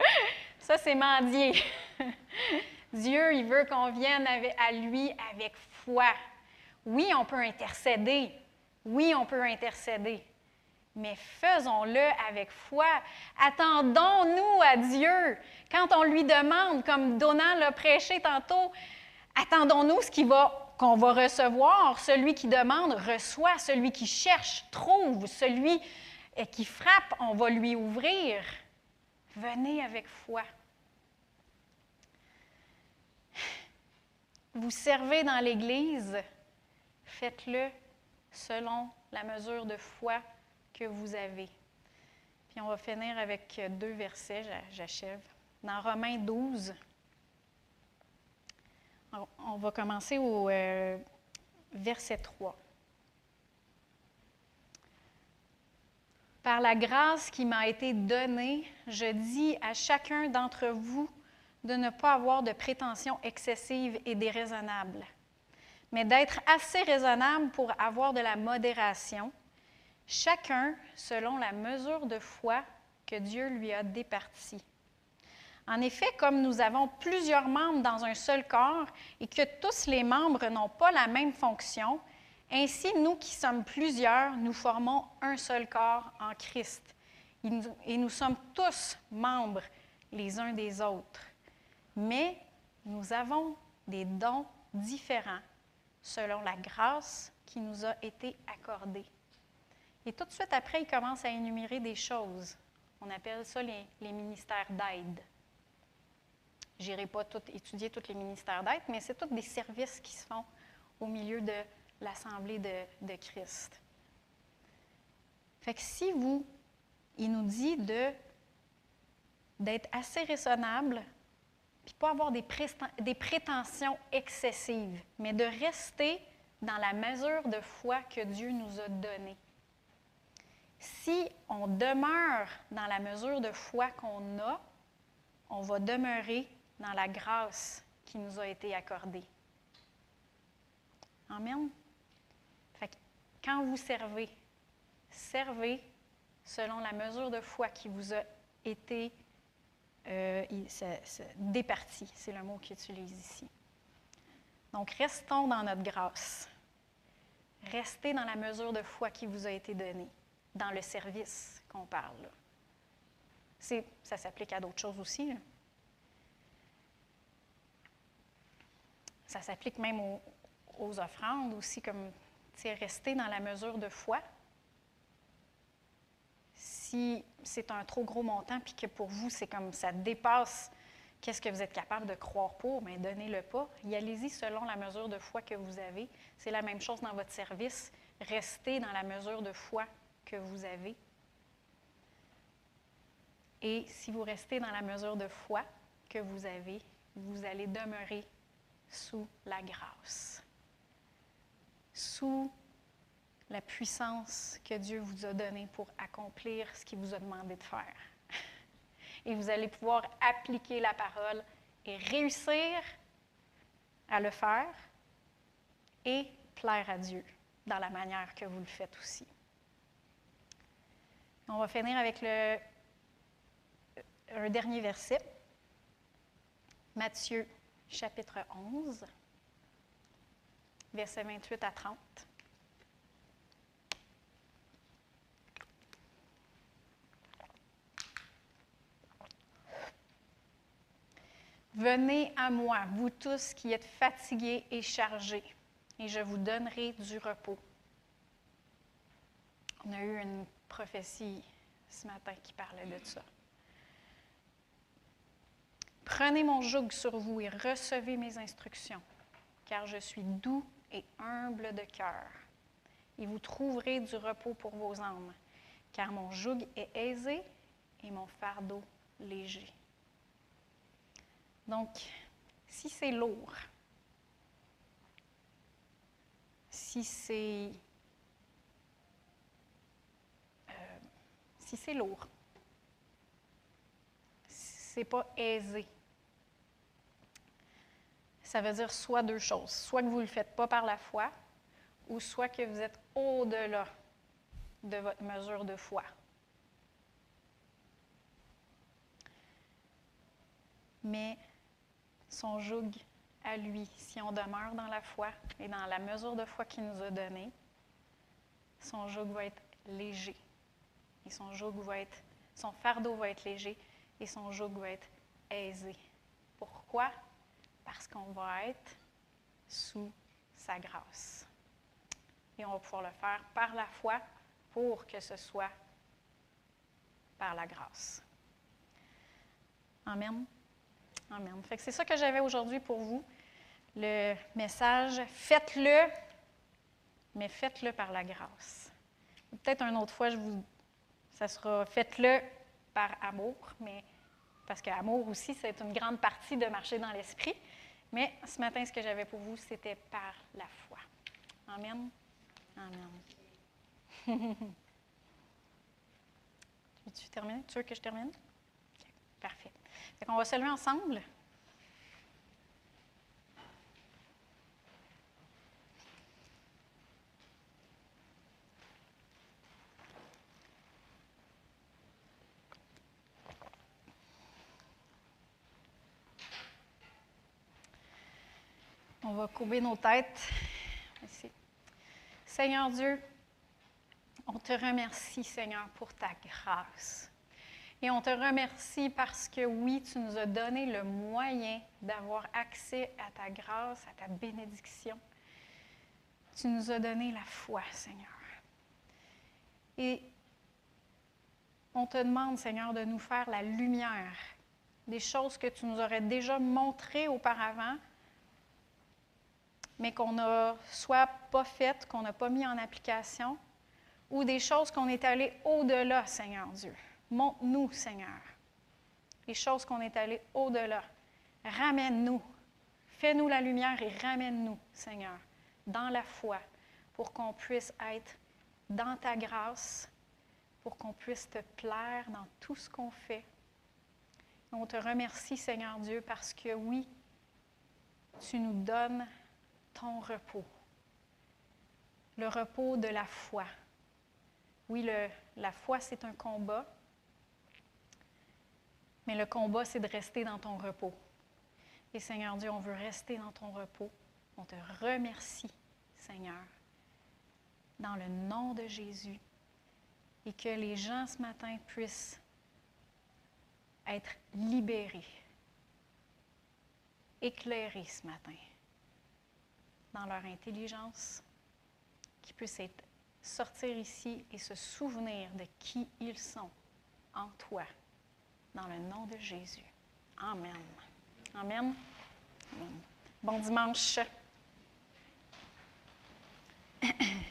D: Ça, c'est mendier. Dieu, il veut qu'on vienne à lui avec foi. Oui, on peut intercéder. Oui, on peut intercéder. Mais faisons-le avec foi. Attendons-nous à Dieu. Quand on lui demande, comme Donald l'a prêché tantôt, attendons-nous ce qu'il va, qu'on va recevoir. Celui qui demande reçoit. Celui qui cherche trouve. Celui qui frappe, on va lui ouvrir. Venez avec foi. Vous servez dans l'Église, faites-le selon la mesure de foi que vous avez. Puis on va finir avec deux versets, j'achève. Dans Romains douze, on va commencer au euh, verset trois. Par la grâce qui m'a été donnée, je dis à chacun d'entre vous de ne pas avoir de prétentions excessives et déraisonnables, mais d'être assez raisonnable pour avoir de la modération, chacun selon la mesure de foi que Dieu lui a départie. En effet, comme nous avons plusieurs membres dans un seul corps et que tous les membres n'ont pas la même fonction, ainsi nous qui sommes plusieurs, nous formons un seul corps en Christ. Et nous, et nous sommes tous membres les uns des autres. Mais nous avons des dons différents selon la grâce qui nous a été accordée. Et tout de suite après, il commence à énumérer des choses. On appelle ça les, les ministères d'aide. Je n'irai pas tout, étudier tous les ministères d'aide, mais c'est tous des services qui se font au milieu de l'Assemblée de, de Christ. Fait que si vous, il nous dit de, d'être assez raisonnable, puis pas avoir des, préten- des prétentions excessives, mais de rester dans la mesure de foi que Dieu nous a donnée. Si on demeure dans la mesure de foi qu'on a, on va demeurer dans la grâce qui nous a été accordée. Amen. Fait que quand vous servez, servez selon la mesure de foi qui vous a été euh, départie. C'est le mot qu'il utilise ici. Donc, restons dans notre grâce. Restez dans la mesure de foi qui vous a été donnée, dans le service qu'on parle. Là. C'est, ça s'applique à d'autres choses aussi. Là. Ça s'applique même aux, aux offrandes aussi, comme rester dans la mesure de foi. Si c'est un trop gros montant, puis que pour vous, c'est comme ça dépasse qu'est-ce que vous êtes capable de croire pour, bien, donnez-le pas. Y allez-y selon la mesure de foi que vous avez. C'est la même chose dans votre service. Restez dans la mesure de foi que vous avez. Et si vous restez dans la mesure de foi que vous avez, vous allez demeurer sous la grâce, sous la puissance que Dieu vous a donnée pour accomplir ce qu'il vous a demandé de faire. Et vous allez pouvoir appliquer la parole et réussir à le faire et plaire à Dieu dans la manière que vous le faites aussi. On va finir avec le, un dernier verset. Matthieu, chapitre onze, versets vingt-huit à trente. Venez à moi, vous tous qui êtes fatigués et chargés, et je vous donnerai du repos. On a eu une prophétie ce matin qui parlait de ça. Prenez mon joug sur vous et recevez mes instructions, car je suis doux et humble de cœur, et vous trouverez du repos pour vos âmes, car mon joug est aisé et mon fardeau léger. Donc, si c'est lourd, si c'est euh, si c'est lourd, c'est pas aisé, ça veut dire soit deux choses. Soit que vous ne le faites pas par la foi, ou soit que vous êtes au-delà de votre mesure de foi. Mais son joug à lui, si on demeure dans la foi et dans la mesure de foi qu'il nous a donnée, son joug va être léger. Et son joug va être, son fardeau va être léger et son joug va être aisé. Pourquoi? Parce qu'on va être sous sa grâce. Et on va pouvoir le faire par la foi pour que ce soit par la grâce. Amen. Amen. Fait que c'est ça que j'avais aujourd'hui pour vous. Le message, faites-le, mais faites-le par la grâce. Peut-être une autre fois, je vous, ça sera faites-le par amour, mais parce que l'amour aussi, c'est une grande partie de marcher dans l'esprit. Mais ce matin, ce que j'avais pour vous, c'était par la foi. Amen. Amen. Veux-tu terminer? Tu veux que je termine? Okay. Parfait. Fait qu'on va se lever ensemble. On va courber nos têtes. Merci. Seigneur Dieu, on te remercie, Seigneur, pour ta grâce. Et on te remercie parce que, oui, tu nous as donné le moyen d'avoir accès à ta grâce, à ta bénédiction. Tu nous as donné la foi, Seigneur. Et on te demande, Seigneur, de nous faire la lumière des choses que tu nous aurais déjà montrées auparavant, mais qu'on n'a soit pas faites, qu'on n'a pas mis en application, ou des choses qu'on est allé au-delà, Seigneur Dieu. Montre-nous, Seigneur, les choses qu'on est allé au-delà. Ramène-nous. Fais-nous la lumière et ramène-nous, Seigneur, dans la foi, pour qu'on puisse être dans ta grâce, pour qu'on puisse te plaire dans tout ce qu'on fait. Et on te remercie, Seigneur Dieu, parce que oui, tu nous donnes ton repos, le repos de la foi. Oui, le, la foi, c'est un combat, mais le combat, c'est de rester dans ton repos. Et Seigneur Dieu, on veut rester dans ton repos. On te remercie, Seigneur, dans le nom de Jésus, et que les gens ce matin puissent être libérés, éclairés ce matin, dans leur intelligence, qu'ils puissent être, sortir ici et se souvenir de qui ils sont en toi, dans le nom de Jésus. Amen. Amen. Amen. Bon dimanche.